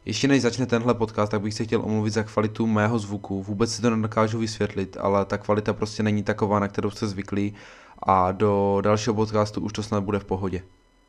Ještě než začne tenhle podcast, tak bych se chtěl omluvit za kvalitu mého zvuku. Vůbec si to nedokážu vysvětlit, ale ta kvalita prostě není taková, na kterou jste zvyklí a do dalšího podcastu už to snad bude v pohodě.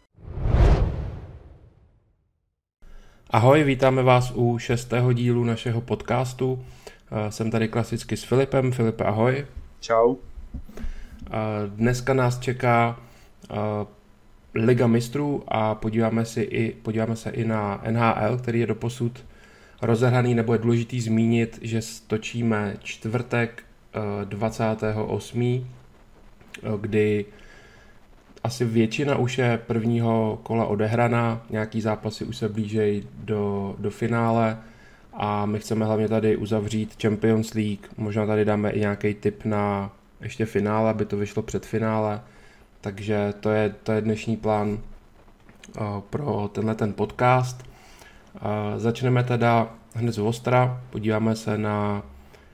Ahoj, vítáme vás u 6. dílu našeho podcastu. Jsem tady klasicky s Filipem. Filipe, ahoj. Čau. Dneska nás čeká Liga mistrů a podíváme se i na NHL, který je doposud rozehraný, nebo je důležitý zmínit, že točíme čtvrtek 28., kdy asi většina už je prvního kola odehraná, nějaký zápasy už se blížejí do finále a my chceme hlavně tady uzavřít Champions League, možná tady dáme i nějaký tip na ještě finále, aby to vyšlo před finále, takže to je dnešní plán pro ten podcast. Začneme teda hned z ostra, podíváme se na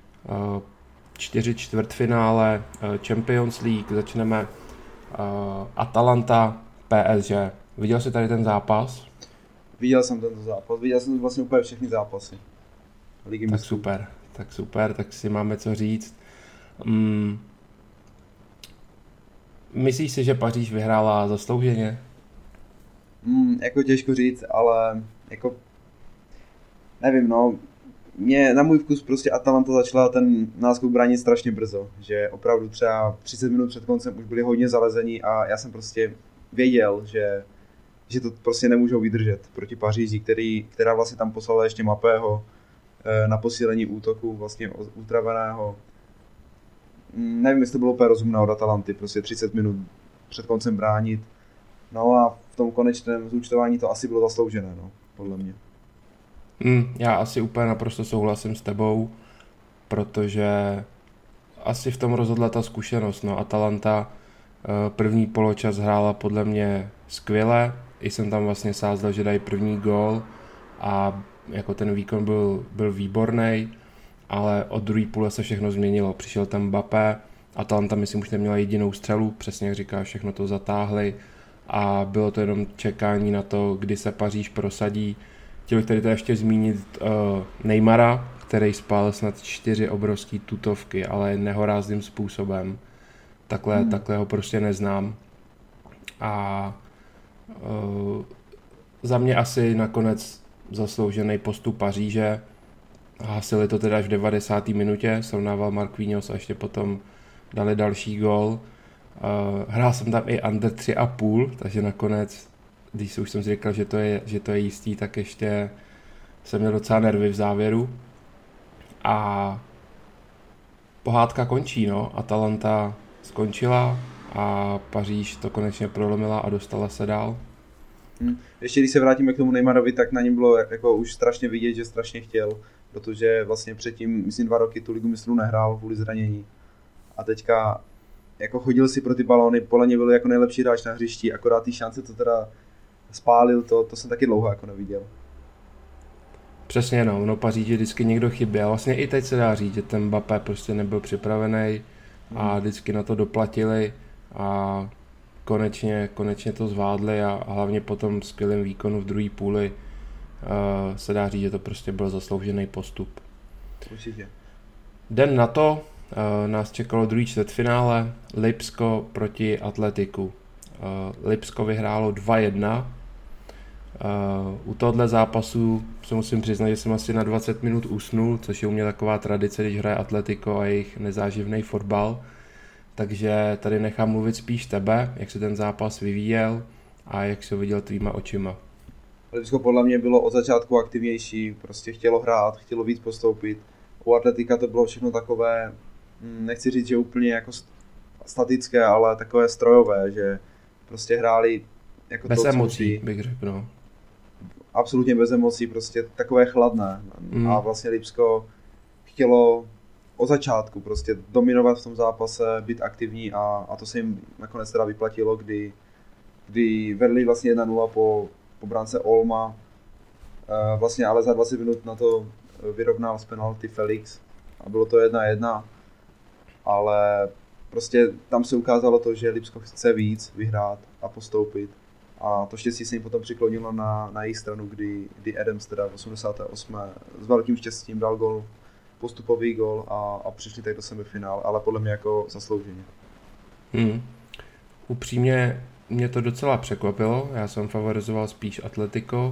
4 čtvrtfinále Champions League, začneme Atalanta PSG. Viděl jsi tady ten zápas? Viděl jsem tento zápas, viděl jsem vlastně úplně všechny zápasy Ligy mistrů. Tak super, tak si máme co říct. Myslíš si, že Paříž vyhrála zaslouženě? Jako těžko říct, ale jako nevím, no. Na můj vkus prostě Atalanta začala ten náskok bránit strašně brzo, že opravdu třeba 30 minut před koncem už byli hodně zalezení a já jsem prostě věděl, že to prostě nemůžou vydržet proti Paříži, která vlastně tam poslala ještě Mapého na posílení útoku, vlastně utraveného. Nevím, jestli to bylo úplně rozumné od Atalanty, prostě 30 minut před koncem bránit. No a v tom konečném zúčtování to asi bylo zasloužené, no, podle mě. Já asi úplně naprosto souhlasím s tebou, protože asi v tom rozhodla ta zkušenost. No, Atalanta první poločas hrála podle mě skvěle, i jsem tam vlastně sázel, že dají první gól a jako ten výkon byl výborný, ale od druhé půle se všechno změnilo. Přišel tam Mbappé, Atalanta myslím už neměla jedinou střelu, přesně jak říkáš, všechno to zatáhli a bylo to jenom čekání na to, kdy se Paříž prosadí. Chtěl bych tady ještě zmínit Neymara, který spál snad 4 obrovský tutovky, ale nehorázným způsobem. Takhle ho prostě neznám. A za mě asi nakonec zasloužený postup Paříže. Hasili to teda až v 90. minutě, srovnával Marquinhos a ještě potom dali další gól. Hrál jsem tam i under 3,5, takže nakonec, když už jsem si říkal, že to je jistý, tak ještě jsem měl docela nervy v závěru. A pohádka končí, no. Atalanta skončila a Paříž to konečně prolomila a dostala se dál. Ještě když se vrátíme k tomu Neymarovi, tak na něm bylo jako už strašně vidět, že strašně chtěl, protože vlastně předtím, myslím 2 roky tu Ligu mistrů nehrál kvůli zranění. A teďka jako chodil si pro ty balóny, podle mě byl jako nejlepší hráč na hřišti, akorát ty šance to teda spálil, to jsem taky dlouho jako neviděl. Přesně no, Paříži vždycky někdo chyběl. Vlastně i teď se dá říct, že ten Mbappé prostě nebyl připravený a vždycky na to doplatili a konečně to zvládli a hlavně po tom skvělém výkonu v druhé půli se dá říct, že to prostě byl zasloužený postup. Určitě. Den na to nás čekalo druhý čtvrtfinále Lipsko proti Atletiku. Lipsko vyhrálo 2-1. U tohohle zápasu se musím přiznat, že jsem asi na 20 minut usnul, což je u mě taková tradice, když hraje Atletico a jejich nezáživný fotbal. Takže tady nechám mluvit spíš tebe, jak se ten zápas vyvíjel a jak se ho viděl tvýma očima. Lipsko podle mě bylo od začátku aktivnější, prostě chtělo hrát, chtělo víc postoupit. U Atletika to bylo všechno takové, nechci říct, že úplně jako statické, ale takové strojové, že prostě hráli jako bez to, emocí, bych řekl, no. Absolutně bez emocí, prostě takové chladné. A vlastně Lipsko chtělo od začátku prostě dominovat v tom zápase, být aktivní a to se jim nakonec teda vyplatilo, kdy vedli vlastně 1-0 po brance Olma, vlastně ale za 20 minut na to vyrovnal z penalty Felix a bylo to 1-1, ale prostě tam se ukázalo to, že Lipsko chce víc vyhrát a postoupit A to štěstí se jim potom přiklonilo na jejich stranu, kdy Adams teda v 88. s velkým štěstím dal gol, postupový gol a přišli tak do semifinále, ale podle mě jako zaslouženě. Upřímně mě to docela překvapilo, já jsem favorizoval spíš Atletico,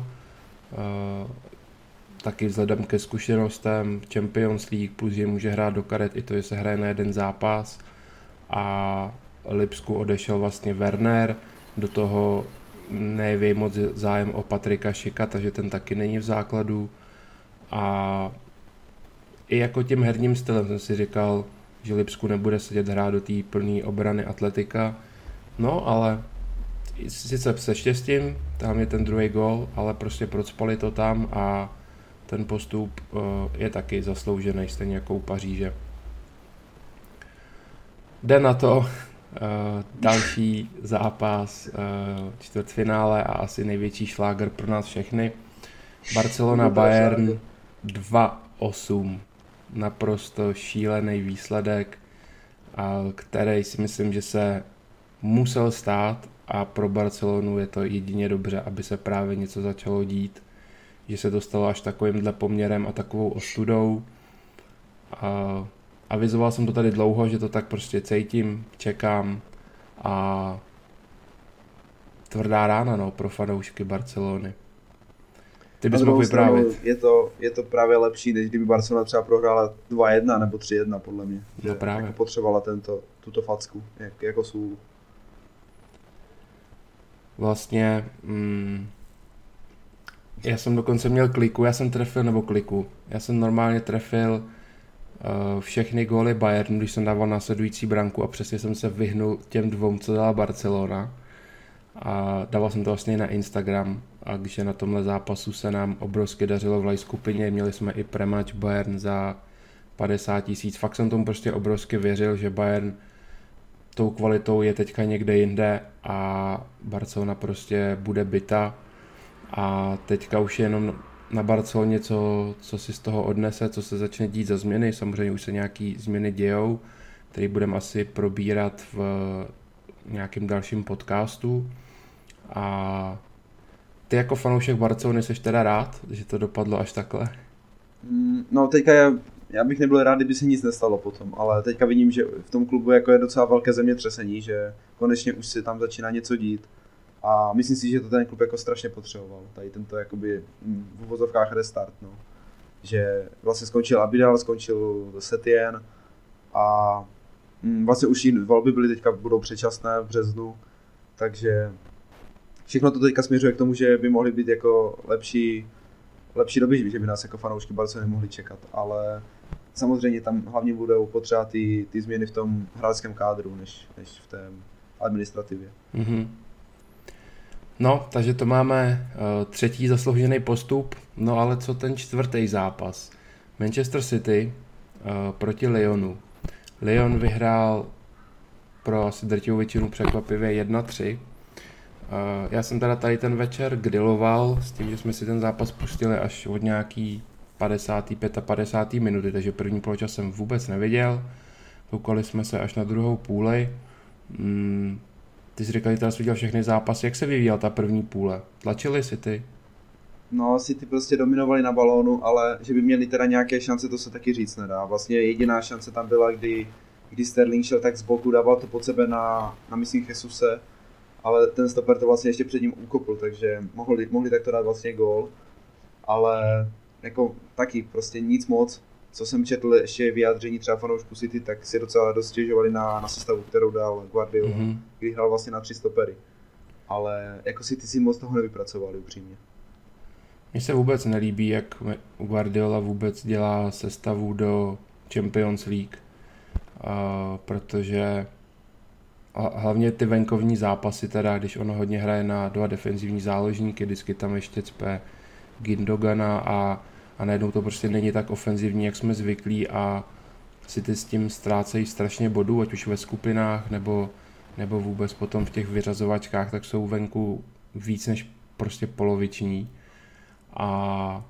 taky vzhledem ke zkušenostem Champions League, plus že může hrát do karet i to, že se hraje na jeden zápas a Lipsku odešel vlastně Werner, do toho nejví moc zájem o Patrika Šika, takže ten taky není v základu a i jako tím herním stylem jsem si říkal, že Lipsku nebude sedět hrát do té plné obrany Atletika, no ale sice se štěstím, tam je ten druhý gól, ale prostě procpali to tam a ten postup je taky zasloužený, stejně jako u Paříže. Jde na to další zápas čtvrtfinále a asi největší šláger pro nás všechny. Barcelona Bayern 2-8. Naprosto šílený výsledek, který si myslím, že se musel stát a pro Barcelonu je to jedině dobře, aby se právě něco začalo dít, že se dostalo až takovýmhle poměrem a takovou ostudou. Avizoval jsem to tady dlouho, že to tak prostě cítím, čekám a tvrdá rána pro fanoušky Barcelony. Ty bys mohl vyprávět. Je to právě lepší, než kdyby Barcelona třeba prohrála 2-1 nebo 3-1 podle mě. No právě. Jako potřebovala tuto facku, jako sůl. Vlastně já jsem dokonce měl kliku, já jsem normálně trefil všechny góly Bayernu, když jsem dával následující branku a přesně jsem se vyhnul těm dvou, co dala Barcelona a dával jsem to vlastně na Instagram a když na tomhle zápasu se nám obrovsky dařilo v live skupině, měli jsme i prematch Bayern za 50 000, fakt jsem tomu prostě obrovsky věřil, že Bayern tou kvalitou je teďka někde jinde a Barcelona prostě bude bita a teďka už je jenom na Barceloně, co si z toho odnese, co se začne dít za změny. Samozřejmě už se nějaký změny dějou, který budeme asi probírat v nějakém dalším podcastu. A ty jako fanoušek Barcelony seš teda rád, že to dopadlo až takhle? No teďka já bych nebyl rád, kdyby se nic nestalo potom, ale teďka vidím, že v tom klubu jako je docela velké zemětřesení, že konečně už se tam začíná něco dít. A myslím si, že to ten klub jako strašně potřeboval. Tady tento jakoby v uvozovkách restart, no. Že vlastně skončil Abidal, skončil Setien a vlastně už volby byly teďka, budou předčasné v březnu, takže všechno to teďka směřuje k tomu, že by mohly být jako lepší doby, že by nás jako fanoušky Barcelony mohli čekat, ale samozřejmě tam hlavně budou potřeba ty změny v tom hráčském kádru, než v té administrativě. Mm-hmm. No, takže to máme třetí zasloužený postup, no ale co ten čtvrtý zápas? Manchester City proti Lyonu. Lyon vyhrál pro asi drtivou většinu překvapivě 1-3. Já jsem teda tady ten večer griloval s tím, že jsme si ten zápas pustili až od nějaký 55. minuty, takže první poločas jsem vůbec neviděl. Koukali jsme se až na druhou půli. Ty jsi říkal, že teda jsi viděl všechny zápasy. Jak se vyvíjela ta první půle? Tlačili City? No, City prostě dominovali na balónu, ale že by měli teda nějaké šance, to se taky říct nedá. Vlastně jediná šance tam byla, kdy Sterling šel tak z boku, dával to pod sebe na myslím Jesuse, ale ten stoper to vlastně ještě před ním ukopl, takže mohli takto dát vlastně gól. Ale jako taky prostě nic moc. Co jsem četl ještě vyjádření třeba fanoušku City, tak si docela dost stěžovali na sestavu, kterou dal Guardiola, kdy hrál vlastně na 3 stopery. Ale jako City si moc toho nevypracovali upřímně. Mně se vůbec nelíbí, jak Guardiola vůbec dělá sestavu do Champions League, protože hlavně ty venkovní zápasy, teda, když ono hodně hraje na 2 defenzivní záložníky, vždycky tam ještě cpe Gündogana a najednou to prostě není tak ofenzivní, jak jsme zvyklí a City s tím ztrácejí strašně bodů, ať už ve skupinách nebo vůbec potom v těch vyřazovačkách, tak jsou venku víc než prostě poloviční. A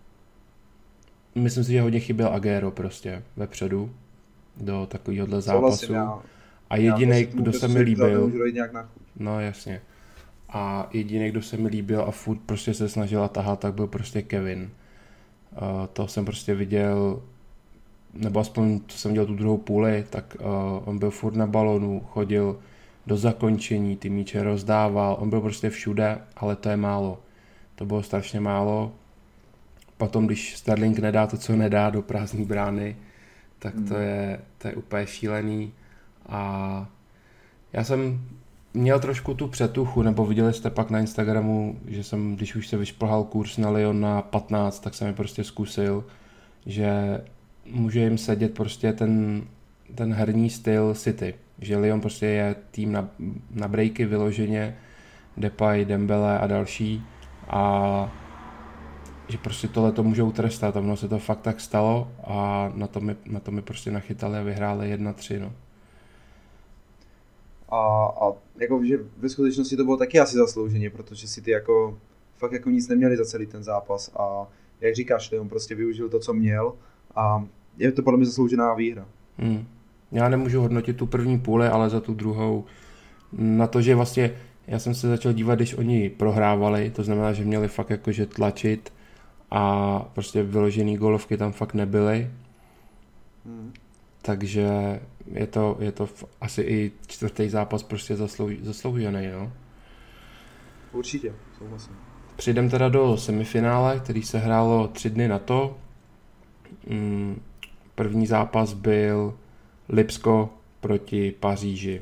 myslím si, že hodně chyběl Agüero prostě vepředu do takovéhohle zápasu. A jediný, kdo se mi líbil, no jasně. a jediný, kdo se mi líbil a furt prostě se snažil tahat, tak byl prostě Kevin. To jsem prostě viděl, nebo aspoň to jsem viděl tu druhou půli, tak on byl furt na balonu, chodil do zakončení, ty míče rozdával, on byl prostě všude, ale to je málo. To bylo strašně málo. Potom, když Sterling nedá to, co nedá do prázdné brány, tak to je úplně šílený. A já jsem měl trošku tu přetuchu, nebo viděli jste pak na Instagramu, že jsem, když už se vyšplhal kurz na Lyon na 15, tak jsem je prostě zkusil, že může jim sedět prostě ten herní styl City. Že Lyon prostě je tým na breaky vyloženě, Depay, Dembele a další a že prostě tohle to můžou trestat a ono se to fakt tak stalo a na to mi prostě nachytali a vyhráli 1-3, no. A jako, že ve skutečnosti to bylo taky asi zaslouženě, protože si ty jako fakt jako nic neměli za celý ten zápas a jak říkáš, on prostě využil to, co měl a je to podle mě zasloužená výhra. Já nemůžu hodnotit tu první půli, ale za tu druhou na to, že vlastně já jsem se začal dívat, když oni prohrávali, to znamená, že měli fakt jakože tlačit a prostě vyložený gólovky tam fakt nebyly. Takže je to asi i čtvrtý zápas prostě zasloužený, no. Určitě, souhlasím. Přijdeme teda do semifinále, který se hrálo 3 dny na to. První zápas byl Lipsko proti Paříži.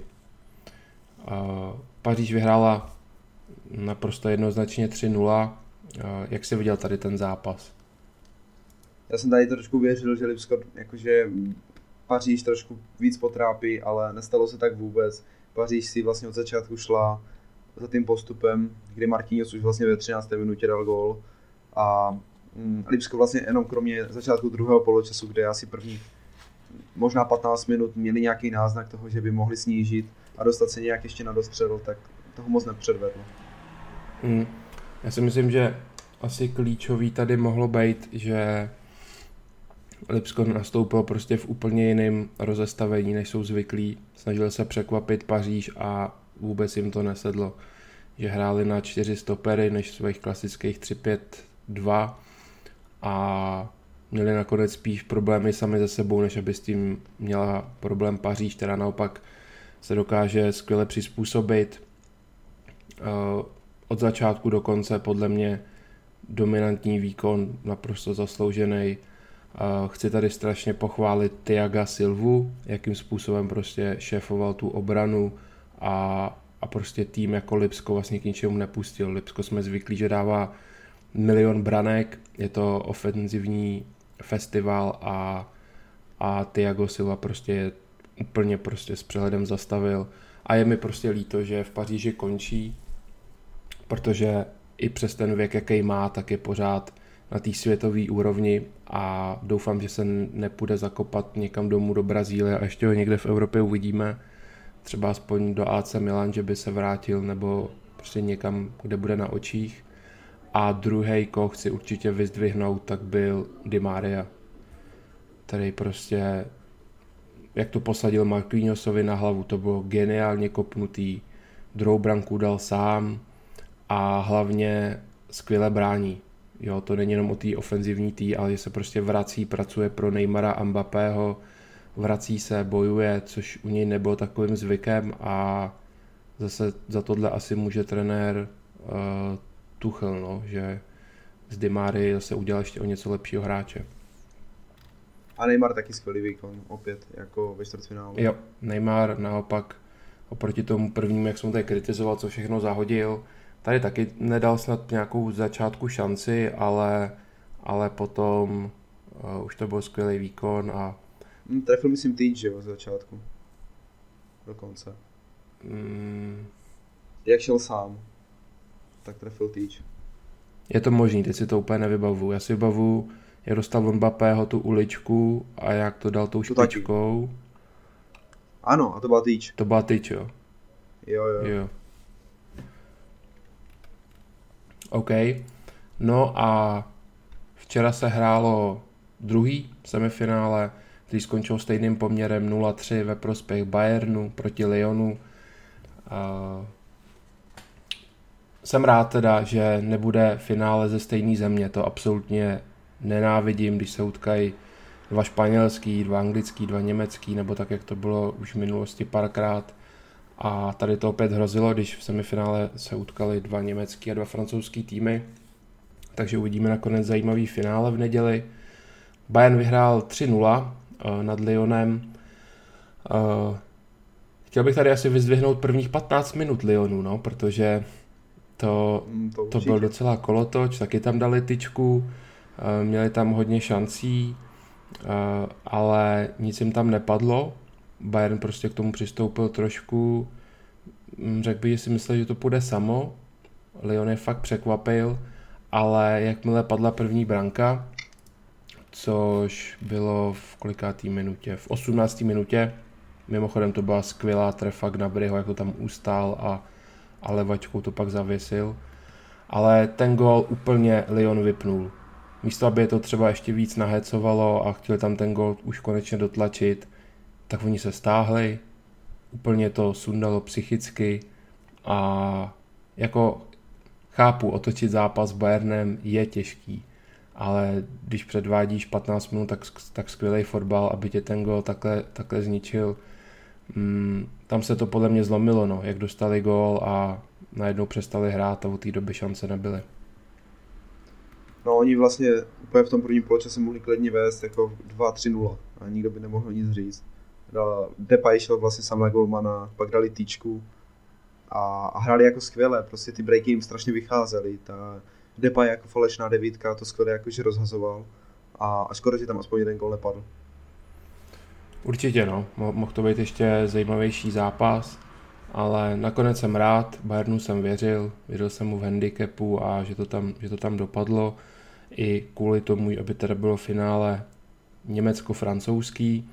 Paříž vyhrála naprosto jednoznačně 3-0. Jak jsi viděl tady ten zápas? Já jsem tady trošku věřil, že Lipsko jakože Paříž trošku víc potrápí, ale nestalo se tak vůbec. Paříž si vlastně od začátku šla za tím postupem, kdy Marquinhos už vlastně ve 13. minutě dal gól a Lipsko vlastně jenom kromě začátku druhého poločasu, kde asi první možná 15 minut měli nějaký náznak toho, že by mohli snížit a dostat se nějak ještě na dostřel, tak toho moc nepředvedlo. Já si myslím, že asi klíčový tady mohlo být, že Lipsko nastoupilo prostě v úplně jiném rozestavení, než jsou zvyklí. Snažili se překvapit Paříž a vůbec jim to nesedlo. Že hráli na 4 stopery než svých klasických 3-5-2 a měli nakonec spíš problémy sami ze sebou, než aby s tím měla problém Paříž, která naopak se dokáže skvěle přizpůsobit. Od začátku do konce podle mě dominantní výkon, naprosto zasloužený. Chci tady strašně pochválit Thiaga Silvu, jakým způsobem prostě šéfoval tu obranu a prostě tým jako Lipsko vlastně k ničemu nepustil. Lipsko jsme zvyklí, že dává 1 000 000 branek, je to ofenzivní festival a Thiago Silva prostě je úplně prostě s přehledem zastavil a je mi prostě líto, že v Paříži končí, protože i přes ten věk, jaký má, tak je pořád na té světové úrovni a doufám, že se nepůjde zakopat někam domů do Brazílie a ještě ho někde v Evropě uvidíme, třeba aspoň do AC Milan, že by se vrátil nebo prostě někam, kde bude na očích. A druhý, koho chci určitě vyzdvihnout, tak byl Di Maria, který prostě, jak to posadil Marquinhosovi na hlavu, to bylo geniálně kopnutý, druhou branku dal sám a hlavně skvěle brání. Jo, to není jenom o té ofenzivní tý, ale že se prostě vrací, pracuje pro Neymara a Mbappého, vrací se, bojuje, což u něj nebylo takovým zvykem a zase za tohle asi může trenér Tuchel, no, že z Di Marii zase udělal ještě o něco lepšího hráče. A Neymar taky skvělý výkon, opět, jako ve čtvrtfinále. Jo, Neymar naopak oproti tomu prvnímu, jak jsem tady kritizoval, co všechno zahodil, tady taky nedal snad nějakou začátku šanci, ale potom už to byl skvělý výkon a... Trefil myslím Týč, že jo, z začátku. Dokonce. Jak šel sám, tak trefil Týč. Je to možný, teď si to úplně nevybavuju. Já si vybavuju, jak dostal od Mbappého tu uličku a jak to dal tou špičkou. Ano, a to byla Týč. To byla Týč, jo. Jo. OK. No a včera se hrálo druhý semifinále, který skončil stejným poměrem 0-3 ve prospěch Bayernu proti Lyonu. jsem rád teda, že nebude finále ze stejné země. To absolutně nenávidím, když se utkají dva španělský, dva anglický, dva německý, nebo tak, jak to bylo už v minulosti párkrát. A tady to opět hrozilo, když v semifinále se utkali dva německý a dva francouzský týmy. Takže uvidíme nakonec zajímavý finále v neděli. Bayern vyhrál 3-0 nad Lyonem. Chtěl bych tady asi vyzdvihnout prvních 15 minut Lyonu, no, protože to byl docela kolotoč, taky tam dali tyčku, měli tam hodně šancí, ale nic jim tam nepadlo. Bayern prostě k tomu přistoupil trošku, řekl bych, že si myslel, že to půjde samo. Lyon je fakt překvapil, ale jakmile padla první branka, což bylo v kolikátý minutě? V 18. minutě. Mimochodem to byla skvělá trefa Gnabryho, jak to tam ustál a levačkou to pak zavěsil. Ale ten gól úplně Lyon vypnul. Místo, aby je to třeba ještě víc nahecovalo a chtěli tam ten gól už konečně dotlačit, tak oni se stáhli, úplně to sundalo psychicky a jako chápu, otočit zápas s Bayernem je těžký, ale když předvádíš 15 minut tak skvělý fotbal, aby tě ten gól takhle zničil, tam se to podle mě zlomilo, no, jak dostali gól a najednou přestali hrát a od té doby šance nebyly. No oni vlastně úplně v tom prvním poločase mohli klidně vést jako 2-3-0 a nikdo by nemohl nic říct. Depay šel vlastně sám na golmana, pak dali tyčku a hráli jako skvěle, prostě ty breaky jim strašně vycházely. Ta Depay jako falešná devítka to skvěle jakože rozhazoval a škoda, že tam aspoň jeden gól nepadl. Určitě no, mohl to být ještě zajímavější zápas, ale nakonec jsem rád, Bayernu jsem věřil jsem mu v handicapu a že to tam dopadlo i kvůli tomu, aby teda bylo finále německo-francouzský.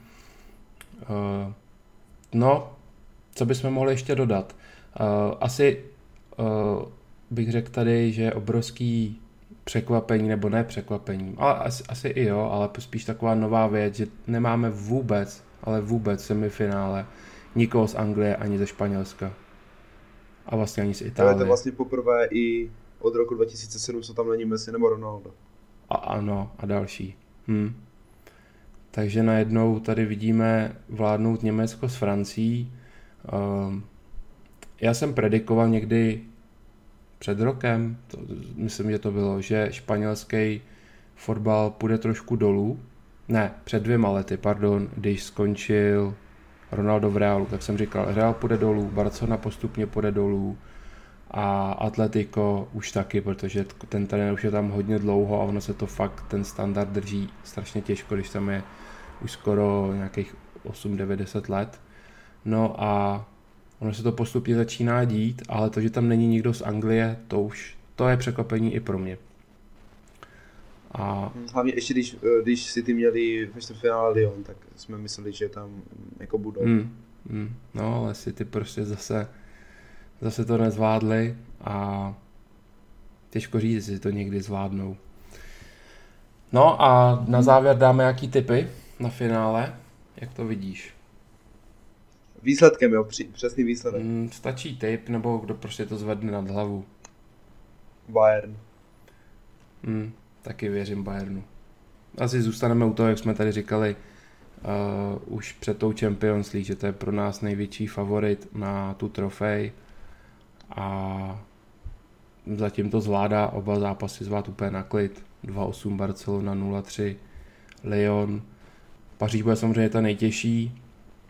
No, co bychom mohli ještě dodat? Asi bych řekl tady, že je obrovský překvapení, nebo ne překvapení, ale asi i jo, ale spíš taková nová věc, že nemáme vůbec v semifinále nikoho z Anglie ani ze Španělska. A vlastně ani z Itálie. To je vlastně poprvé i od roku 2007, co tam není Messi nebo Ronaldo. Ano, a další. Takže najednou tady vidíme vládnout Německo s Francií. Já jsem predikoval někdy před rokem, myslím, že to bylo, že španělský fotbal půjde trošku dolů. Ne, před 2 lety, když skončil Ronaldo v Realu, tak jsem říkal, Real půjde dolů, Barcelona postupně půjde dolů a Atletico už taky, protože ten trenér už je tam hodně dlouho a ono se to fakt, ten standard drží strašně těžko, když tam je už skoro nějakých 8-9-10 let. No a ono se to postupně začíná dít, ale to, že tam není nikdo z Anglie, to je překvapení i pro mě. A hlavně ještě když City měli ve čtvrtfinále Lyon, tak jsme mysleli, že tam jako budou. No, ale City prostě zase to nezvládli a těžko říct, jestli to někdy zvládnou. No a na závěr dáme jaký tipy na finále, jak to vidíš? Výsledkem, jo, přesný výsledek. Stačí tip, nebo kdo prostě to zvedne nad hlavu? Bayern. Taky věřím Bayernu. Asi zůstaneme u toho, jak jsme tady říkali už před tou Champions League, že to je pro nás největší favorit na tu trofej a zatím to zvládá oba zápasy zvládat úplně na klid. 2-8 Barcelona, 0-3 Lyon. Paříž bude samozřejmě ta nejtěžší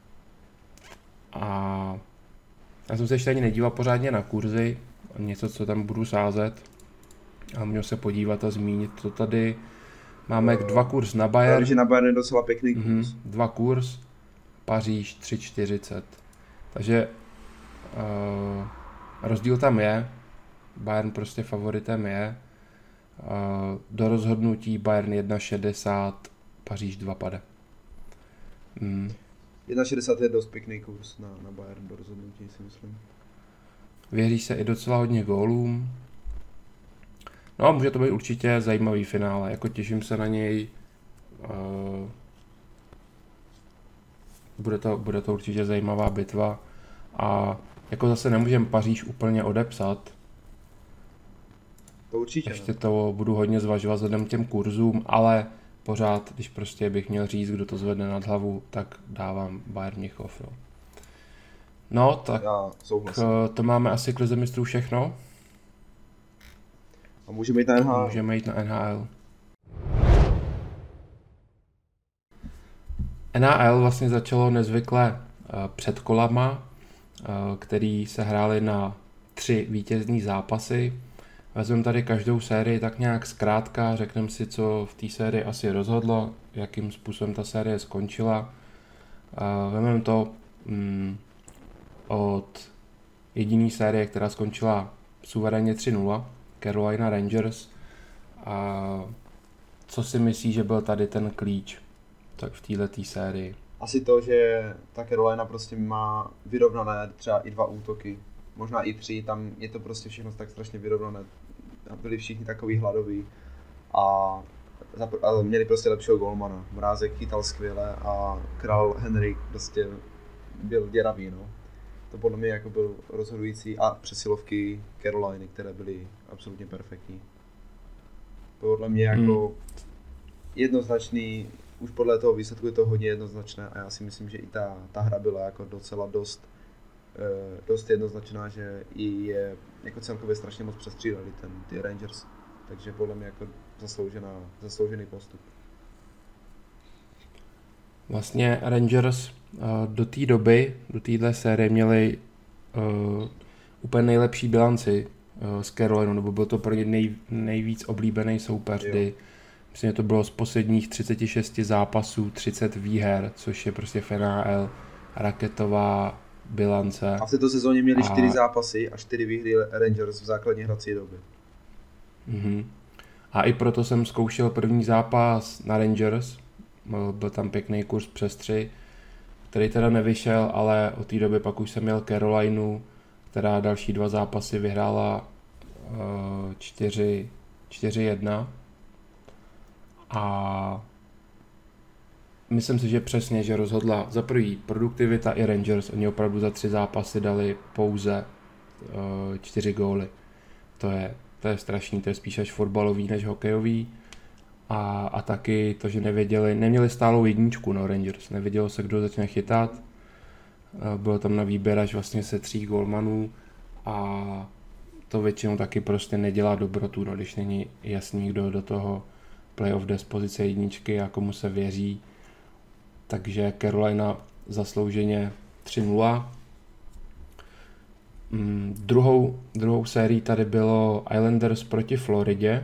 a já jsem se ještě ani nedíval pořádně na kurzy, něco, co tam budu sázet a měl se podívat a zmínit to tady. Máme 2 kurz na Bayern. Takže na Bayern je docela pěkný kurz. 2 kurz, Paříž 3,40. Takže rozdíl tam je. Bayern prostě favoritem je. Do rozhodnutí Bayern 1,60, Paříž 2 pade. 1,60 je dost pěkný kurz na Bayern do rozhodnutí, si myslím. Věří se i docela hodně gólům. No, může to být určitě zajímavý finále, jako těším se na něj. Bude to určitě zajímavá bitva a jako zase nemůžeme Paříž úplně odepsat, To určitě. Ještě to budu hodně zvažovat vzhledem k těm kurzům, ale pořád, když prostě bych měl říct, kdo to zvedne nad hlavu, tak dávám Bayern Mnichov. Jo. No, tak to máme asi k Lize mistrů všechno. A můžeme jít na NHL. Můžeme jít na NHL. NHL vlastně začalo nezvykle před kolama, který se hrály na 3 vítězný zápasy. Vezmeme tady každou sérii tak nějak zkrátka, řekneme si, co v té sérii asi rozhodlo, jakým způsobem ta série skončila. Vezmeme to od jediné série, která skončila suverénně 3-0, Carolina Rangers. Co si myslíš, že byl tady ten klíč tak v této sérii? Asi to, že ta Carolina prostě má vyrovnané třeba i 2 útoky, možná i 3, tam je to prostě všechno tak strašně vyrovnané. Byli všichni takový hladoví a měli prostě lepšího golmana. Mrázek chytal skvěle a král Henrik prostě byl děravý, no. To podle mě jako byl rozhodující a přesilovky Caroliny, které byly absolutně perfektní. Podle mě jako jednoznačný, už podle toho výsledku je to hodně jednoznačné a já si myslím, že i ta hra byla jako docela dost jednoznačná, že i je jako celkově strašně moc přestřídali ty Rangers, takže podle mě jako zasloužený postup. Vlastně Rangers do té doby, do téhle série měli úplně nejlepší bilanci s Carolinou, nebo byl to pro ně nejvíc oblíbený soupeř, kdy myslím, že to bylo z posledních 36 zápasů 30 výher, což je prostě v NHL raketová bilance. A v této sezóně měli 4 zápasy a 4 výhry Rangers v základní hrací době. A i proto jsem zkoušel první zápas na Rangers, byl tam pěkný kurz přes 3, který teda nevyšel, ale od té doby pak už jsem měl Carolinu, která další 2 zápasy vyhrála 4-1 a myslím si, že přesně, že rozhodla za první produktivita i Rangers, oni opravdu za 3 zápasy dali pouze 4 góly. To je strašný, to je spíš až fotbalový než hokejový. A taky to, že neměli stálou jedničku, no Rangers, nevědělo se, kdo začne chytat. Bylo tam na výběr až vlastně se 3 gólmanů a to většinou taky prostě nedělá dobrotu, no, když není jasný, kdo do toho playoff jde z pozice jedničky a komu se věří. Takže Carolina zaslouženě 3-0. Druhou sérii tady bylo Islanders proti Floridě.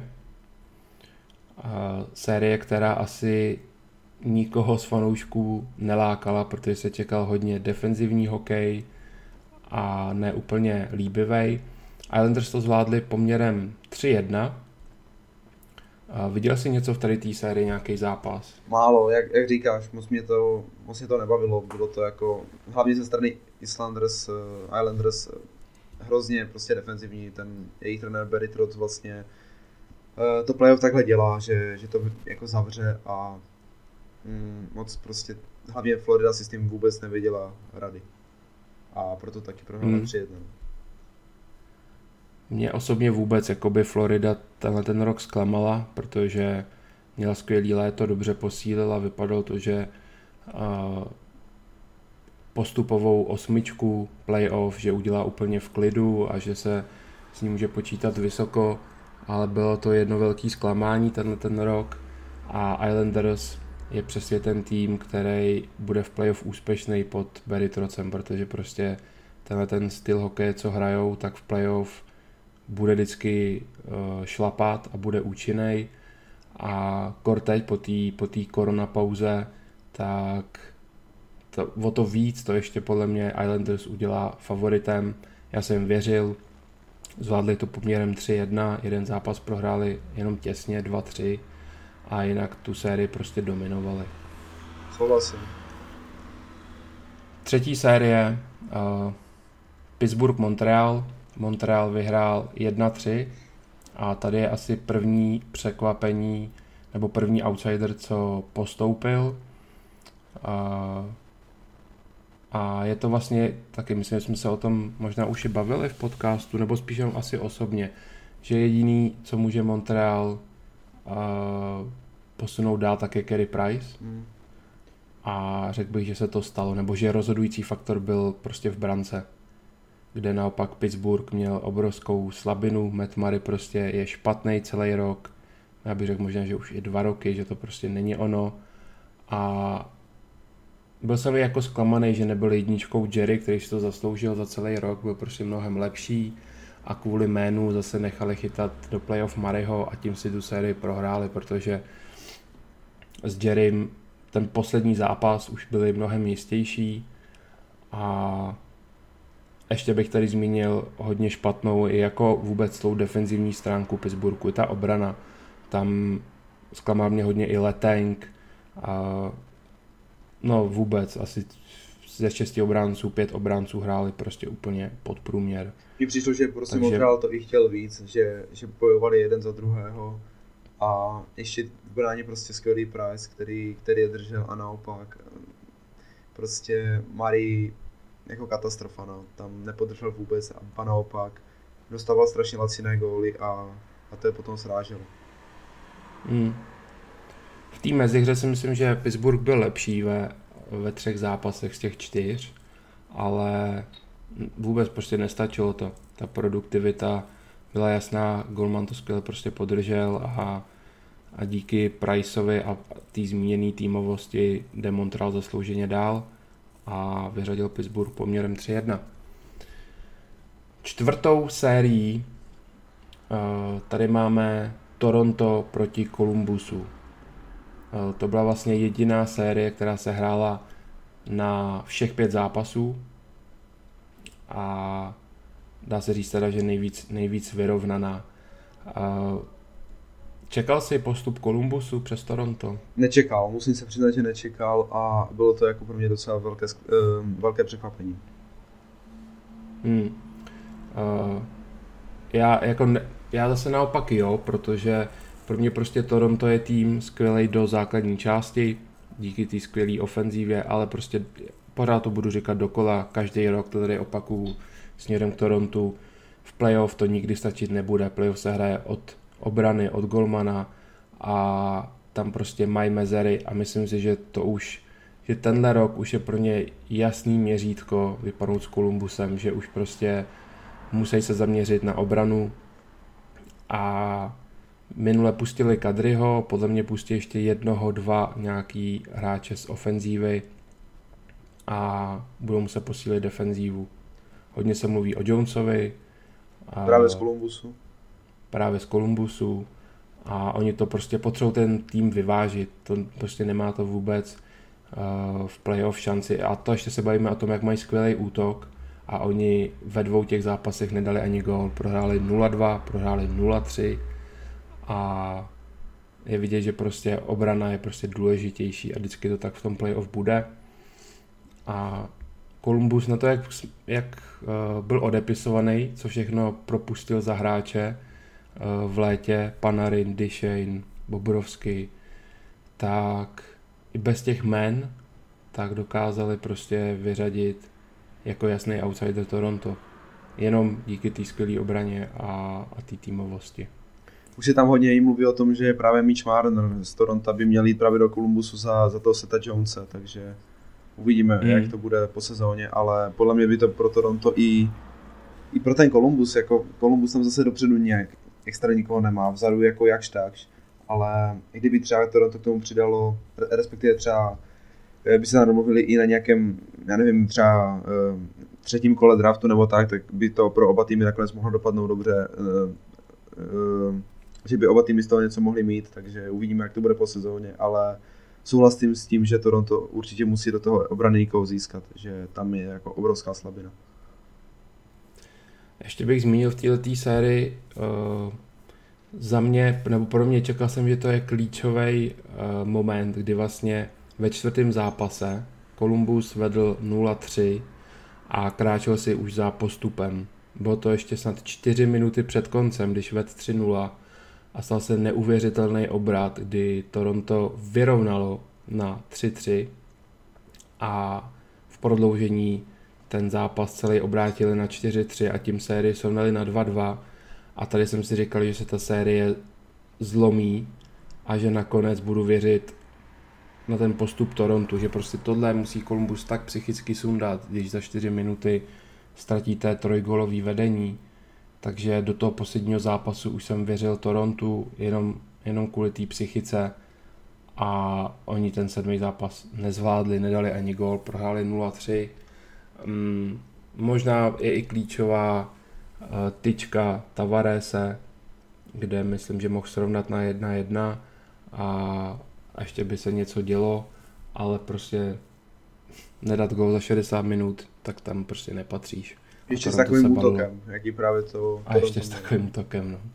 Série, která asi nikoho z fanoušků nelákala, protože se čekal hodně defenzivní hokej a ne úplně líbivej. Islanders to zvládli poměrem 3-1. Viděl jsi něco v tady té sérii, nějaký zápas? Málo, jak říkáš, moc mě to nebavilo, bylo to jako, hlavně ze strany Islanders hrozně prostě defenzivní, ten jejich trenér Barry Trotz vlastně to playoff takhle dělá, že to jako zavře a moc prostě, hlavně Florida si s tím vůbec nevěděla rady a proto taky prohrála 3-1. Mě osobně vůbec jakoby Florida ten rok zklamala, protože měla skvělý léto, dobře posílila, vypadalo to, že postupovou 8 playoff, že udělá úplně v klidu a že se s ní může počítat vysoko, ale bylo to jedno velký zklamání ten rok a Islanders je přesně ten tým, který bude v playoff úspěšný pod Barry Trotzem, protože prostě ten styl hokeje, co hrajou, tak v playoff bude vždycky šlapat a bude účinný a teď po té koronapauze, tak o to víc to ještě podle mě Islanders udělá favoritem. Já jsem věřil, zvládli to poměrem 3-1, jeden zápas prohráli jenom těsně 2-3 a jinak tu sérii prostě dominovali. Souhlasím. Třetí série Pittsburgh-Montreal. Montreal vyhrál 1-3 a tady je asi první překvapení nebo první outsider, co postoupil. A je to vlastně taky, myslím, že jsme se o tom možná už i bavili v podcastu, nebo spíš asi osobně, že jediný, co může Montreal posunout dál, tak je Carey Price. A řekl bych, že se to stalo, nebo že rozhodující faktor byl prostě v brance, kde naopak Pittsburgh měl obrovskou slabinu, Matt Murray prostě je špatný celý rok, já bych řekl možná, že už i 2 roky, že to prostě není ono. A byl jsem jako zklamaný, že nebyl jedničkou Jerry, který si to zasloužil za celý rok, byl prostě mnohem lepší a kvůli jménu zase nechali chytat do playoff Murrayho a tím si tu sérii prohráli, protože s Jerrym ten poslední zápas už byli mnohem jistější a ještě bych tady zmínil hodně špatnou i jako vůbec tou defenzivní stránku Pittsburghu, ta obrana, tam zklamal mě hodně i Letang a no vůbec asi ze 6 obránců 5 obránců hráli prostě úplně pod průměr. Mně přišlo, že prostě Montreal to i chtěl víc, že bojovali jeden za druhého a ještě v bráně prostě skvělý Price, který je držel a naopak prostě Murray jako katastrofa, no. Tam nepodržel vůbec a naopak dostával strašně laciné góly a to je potom sráželo. V té mezihře si myslím, že Pittsburgh byl lepší ve 3 zápasech z těch 4, ale vůbec prostě nestačilo to. Ta produktivita byla jasná, golman to skvěle prostě podržel a díky Priceovi a té zmíněné týmovosti jde Montreal zaslouženě dál a vyřadil Pittsburgh poměrem 3-1. 4. sérií tady máme Toronto proti Columbusu. To byla vlastně jediná série, která se hrála na všech 5 zápasů a dá se říct teda, že nejvíc vyrovnaná. Čekal jsi postup Columbusu přes Toronto? Nečekal, musím se přiznat, že nečekal a bylo to jako pro mě docela velké překvapení. Já zase naopak jo, protože pro mě prostě Toronto je tým skvělej do základní části, díky té skvělé ofenzívě, ale prostě pořád to budu říkat dokola, každý rok to tady opakuju směrem k Torontu. V playoff to nikdy stačit nebude, playoff se hraje od obrany, od golmana a tam prostě mají mezery a myslím si, že tenhle rok už je pro ně jasný měřítko vypadnout s Columbusem, že už prostě musí se zaměřit na obranu a minule pustili Kadriho, podle mě pustí ještě 1, 2 nějaký hráče z ofenzívy a budou muset posílit defenzívu. Hodně se mluví o Jonesovi. Právě z Columbusu a oni to prostě potřebují ten tým vyvážit. To prostě nemá to vůbec v playoff šanci a to ještě se bavíme o tom, jak mají skvělý útok a oni ve 2 těch zápasech nedali ani gól. Prohráli 0-2, prohráli 0-3 a je vidět, že prostě obrana je prostě důležitější a vždycky to tak v tom playoff bude. A Columbus na to, jak byl odepisovaný, co všechno propustil za hráče v létě, Panarin, Duchesne, Bobrovský, tak i bez těch jmen tak dokázali prostě vyřadit jako jasný outsider Toronto. Jenom díky té skvělé obraně a té týmovosti. Už se tam hodně mluví o tom, že právě Mitch Marner z Toronto by měl jít právě do Columbusu za toho Seta Jonese, takže uvidíme, jak to bude po sezóně, ale podle mě by to pro Toronto i pro ten Columbus, jako Columbus tam zase dopředu nějak extra nikoho nemá, vzadu jako jakž takž, ale i kdyby třeba Toronto k tomu přidalo, respektive třeba by se tam domluvili i na nějakém, já nevím, třeba 3. kole draftu nebo tak by to pro oba týmy nakonec mohlo dopadnout dobře, že by oba týmy z toho něco mohli mít, takže uvidíme, jak to bude po sezóně, ale souhlasím s tím, že Toronto určitě musí do toho obrany někoho získat, že tam je jako obrovská slabina. Ještě bych zmínil v této sérii za mě, nebo pro mě čekal jsem, že to je klíčový moment, kdy vlastně ve 4. zápase Columbus vedl 0-3 a kráčel si už za postupem. Bylo to ještě snad 4 minuty před koncem, když vedl 3-0 a stal se neuvěřitelný obrat, kdy Toronto vyrovnalo na 3-3 a v prodloužení ten zápas celý obrátili na 4-3 a tím sérii srovnali na 2-2 A tady jsem si říkal, že se ta série zlomí a že nakonec budu věřit na ten postup Torontu, že prostě tohle musí Columbus tak psychicky sundat, když za 4 minuty ztratíte trojgólový vedení. Takže do toho posledního zápasu už jsem věřil Torontu jenom kvůli té psychice a oni ten 7. zápas nezvládli, nedali ani gól, prohráli 0-3. Možná je i klíčová tyčka Tavarese, kde myslím, že mohl srovnat na 1-1 a ještě by se něco dělo, ale prostě nedat gól za 60 minut, tak tam prostě nepatříš. Ještě s takovým útokem, jaký právě to... A ještě s takovým útokem, no.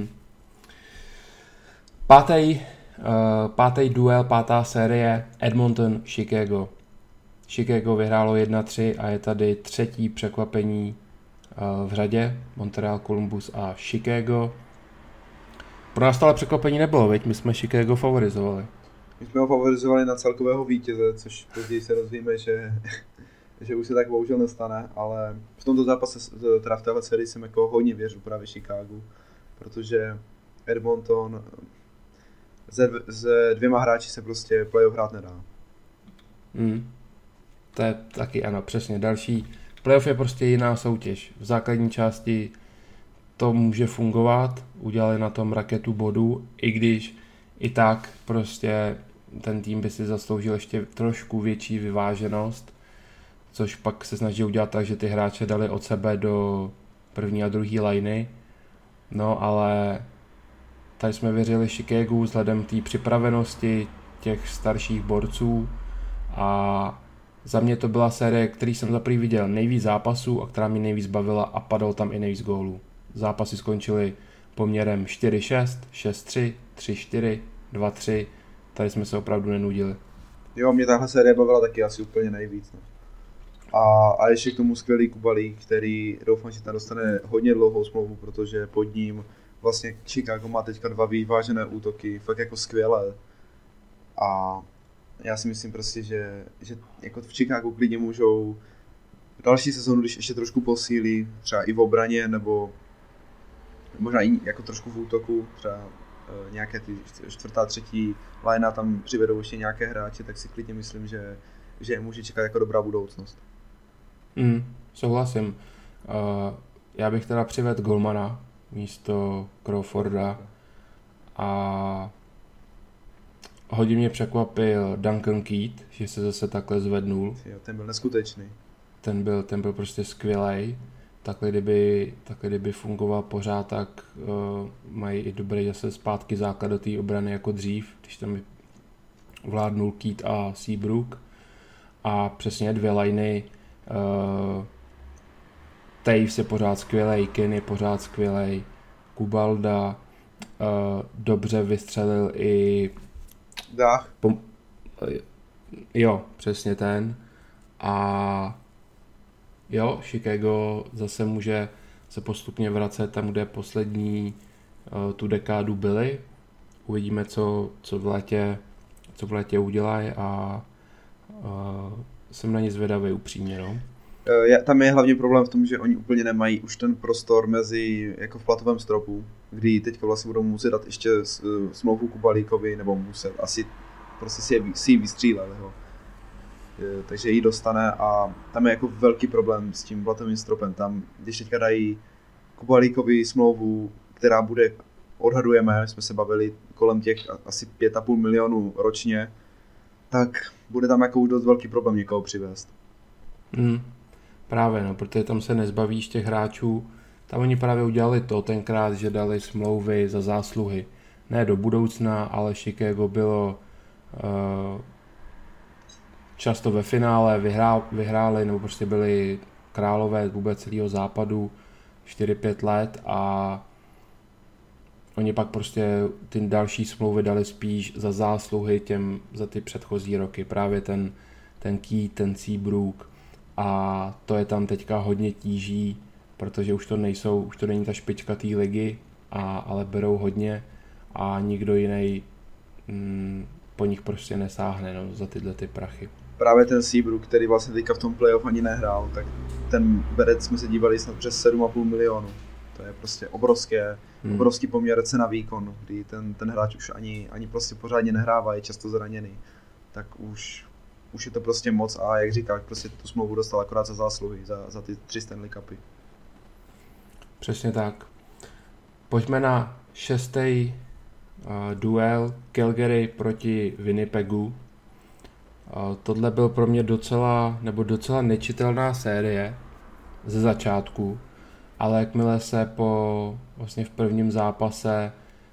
Pátý duel, pátá série, Edmonton-Chicago. Chicago vyhrálo 1-3 a je tady třetí překvapení v řadě, Montreal, Columbus a Chicago. Pro nás to ale překvapení nebylo, veď? My jsme Chicago favorizovali. My jsme ho favorizovali na celkového vítěze, což později se dozvíme, že už se tak bohužel nestane, ale v tomto zápase, teda v téhle sérii jsem jako hodně věřil právě Chicagu, protože Edmonton se 2 hráči se prostě playoff hrát nedá. To je taky ano, přesně. Další playoff je prostě jiná soutěž. V základní části to může fungovat, udělali na tom raketu bodů, i když i tak prostě ten tým by si zasloužil ještě trošku větší vyváženost, což pak se snaží udělat tak, že ty hráče dali od sebe do první a druhé liney. No ale tady jsme věřili Chicagu vzhledem té připravenosti těch starších borců a za mě to byla série, který jsem za první viděl nejvíc zápasů a která mi nejvíc bavila a padalo tam i nejvíc gólů. Zápasy skončily poměrem 4-6, 6-3, 3-4, 2-3, tady jsme se opravdu nenudili. Jo, mě tahle série bavila taky asi úplně nejvíc. No. A ještě k tomu skvělý Kubalík, který doufám, že tam dostane hodně dlouhou smlouvu, protože pod ním vlastně Chicago má teďka 2 vyvážené útoky, fakt jako skvělé. A já si myslím prostě, že jako v Chicagu klidně můžou další sezónu, když ještě trošku posílí, třeba i v obraně, nebo možná i jako trošku v útoku, třeba nějaké ty 4., 3. linea tam přivedou ještě nějaké hráče, tak si klidně myslím, že je může čekat jako dobrá budoucnost. Souhlasím. Já bych teda přivedl golmana místo Crawforda a hodně mě překvapil Duncan Keith, že se zase takhle zvednul. Jo, ten byl neskutečný. Ten byl prostě skvělej. Takhle kdyby fungoval pořád, tak mají i dobrý zase zpátky základ do té obrany jako dřív, když tam vládnul Keith a Seabrook. A přesně 2 liney. Taves je pořád skvělej, Ken je pořád skvělej, Kubalda dobře vystřelil i Dach. Jo, přesně ten. A jo, Chicago zase může se postupně vracet tam, kde poslední tu dekádu byli. Uvidíme, co v létě udělají a jsem na ně zvědavý upřímně, no. Tam je hlavně problém v tom, že oni úplně nemají už ten prostor mezi jako v platovém stropu, kdy teďka vlastně budou muset dát ještě smlouvu Kubalíkovi, nebo muset, asi prostě si ji vystříleli, jo. Takže ji dostane a tam je jako velký problém s tím platovým stropem. Tam, když teďka dají Kubalíkovi smlouvu, která bude, odhadujeme, jsme se bavili kolem těch asi 5,5 milionů ročně, tak bude tam jako dost velký problém někoho přivést. Právě, no, protože tam se nezbavíš těch hráčů. Tam oni právě udělali to tenkrát, že dali smlouvy za zásluhy. Ne do budoucna, ale Chicago bylo často ve finále, vyhráli, nebo prostě byli králové vůbec celého západu 4-5 let a oni pak prostě ty další smlouvy dali spíš za zásluhy za ty předchozí roky. Právě ten Keith, ten Seabrook a to je tam teďka hodně tíží, protože už to není ta špička té ligy, ale berou hodně a nikdo jiný po nich prostě nesáhne, no, za tyhle ty prachy. Právě ten Seabrook, který vlastně teďka v tom playoff ani nehrál, tak ten berec jsme se dívali snad přes 7,5 milionů. To je prostě obrovský poměr cena výkon, kdy ten hráč už ani prostě pořádně nehrává, je často zraněný. Tak už je to prostě moc a jak říkáš, prostě tu smlouvu dostal akorát za zásluhy, za ty 3 Stanley Cupy. Přesně tak. Pojďme na 6. duel Calgary proti Winnipegu. Tohle byl pro mě docela nečitelná série ze začátku, ale jakmile se vlastně v prvním zápase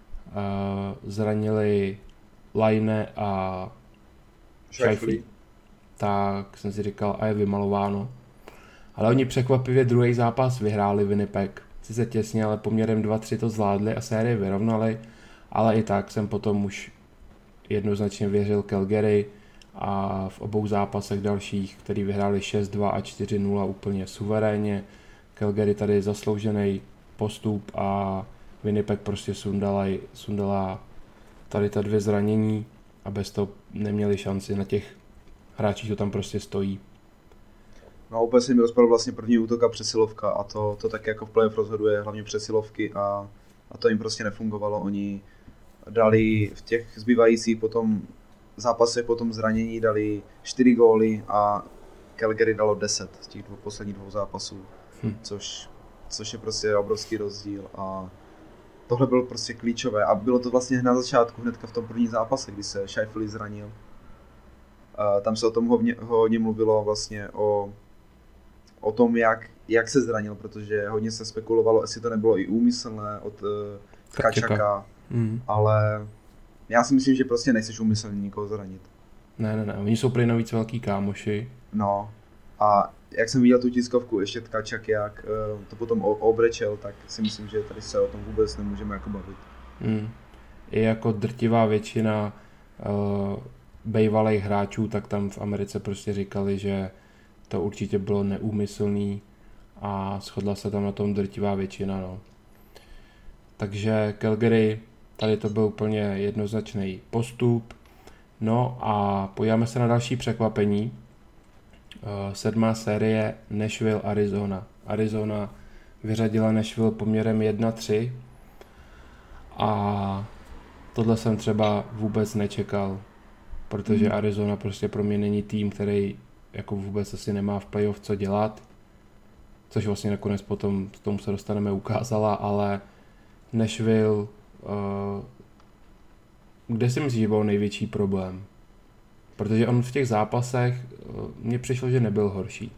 zranili Laine a Scheifele, tak jsem si říkal, a je vymalováno. Ale oni překvapivě druhý zápas vyhráli Winnipeg. Sice těsně, ale poměrem 2-3 to zvládli a sérii vyrovnali, ale i tak jsem potom už jednoznačně věřil Calgary a v obou zápasech dalších, který vyhráli 6-2 a 4-0 úplně suverénně. Calgary tady zasloužený postup a Winnipeg prostě sundala tady ta 2 zranění a bez toho neměli šanci na těch hráčích, to tam prostě stojí. No úplně se mi rozpadl vlastně první útok a přesilovka a to tak jako v playoff rozhoduje hlavně přesilovky a to jim prostě nefungovalo. Oni dali v těch zbývajících potom zápasech potom zranění dali 4 góly a Calgary dalo 10 z těch posledních 2 zápasů, což je prostě obrovský rozdíl a tohle bylo prostě klíčové a bylo to vlastně na začátku, hnedka v tom prvním zápase, kdy se Scheifele zranil. Tam se o tom hodně mluvilo vlastně o tom, jak se zranil, protože hodně se spekulovalo, jestli to nebylo i úmyslné od Tkachaka, ale já si myslím, že prostě nejseš úmyslně nikoho zranit. Ne, oni jsou prý navíc velký kámoši. No a jak jsem viděl tu tiskovku, ještě Tkachak, jak to potom obrečel, tak si myslím, že tady se o tom vůbec nemůžeme jako bavit. I jako drtivá většina bývalých hráčů, tak tam v Americe prostě říkali, že to určitě bylo neúmyslný a shodla se tam na tom drtivá většina. No. Takže Calgary, tady to byl úplně jednoznačný postup. No a podíváme se na další překvapení. 7. série Nashville, Arizona. Arizona vyřadila Nashville poměrem 1-3 a tohle jsem třeba vůbec nečekal, protože Arizona prostě pro mě není tým, který jako vůbec asi nemá v playoff co dělat, což vlastně nakonec potom k tomu se dostaneme ukázala, ale Nashville, kde si myslíš, že byl největší problém? Protože on v těch zápasech mně přišlo, že nebyl horší.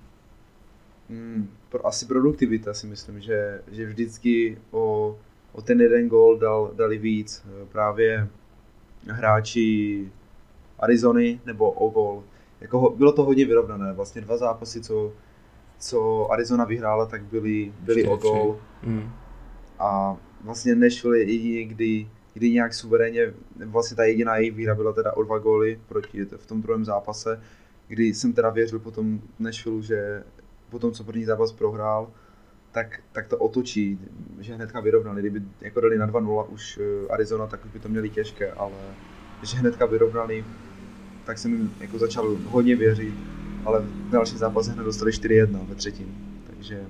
Asi produktivita si myslím, že vždycky o ten jeden gól dali víc právě hráči Arizony nebo o gól. Jako bylo to hodně vyrovnané, vlastně 2 zápasy, co Arizona vyhrála, tak byly o gól. A vlastně Nashville je jediný, kdy nějak suverénně, vlastně ta jediná jejich výhra byla teda o 2 góly v tom druhém zápase, kdy jsem teda věřil potom Nashville, že potom co první zápas prohrál, tak to otočí, že hnedka vyrovnali. Kdyby jako dali na 2-0 už Arizona, tak už by to měli těžké, ale že hnedka vyrovnali, tak jsem jim jako začal hodně věřit, ale v dalších zápasech hned dostali 4-1 ve třetím. Takže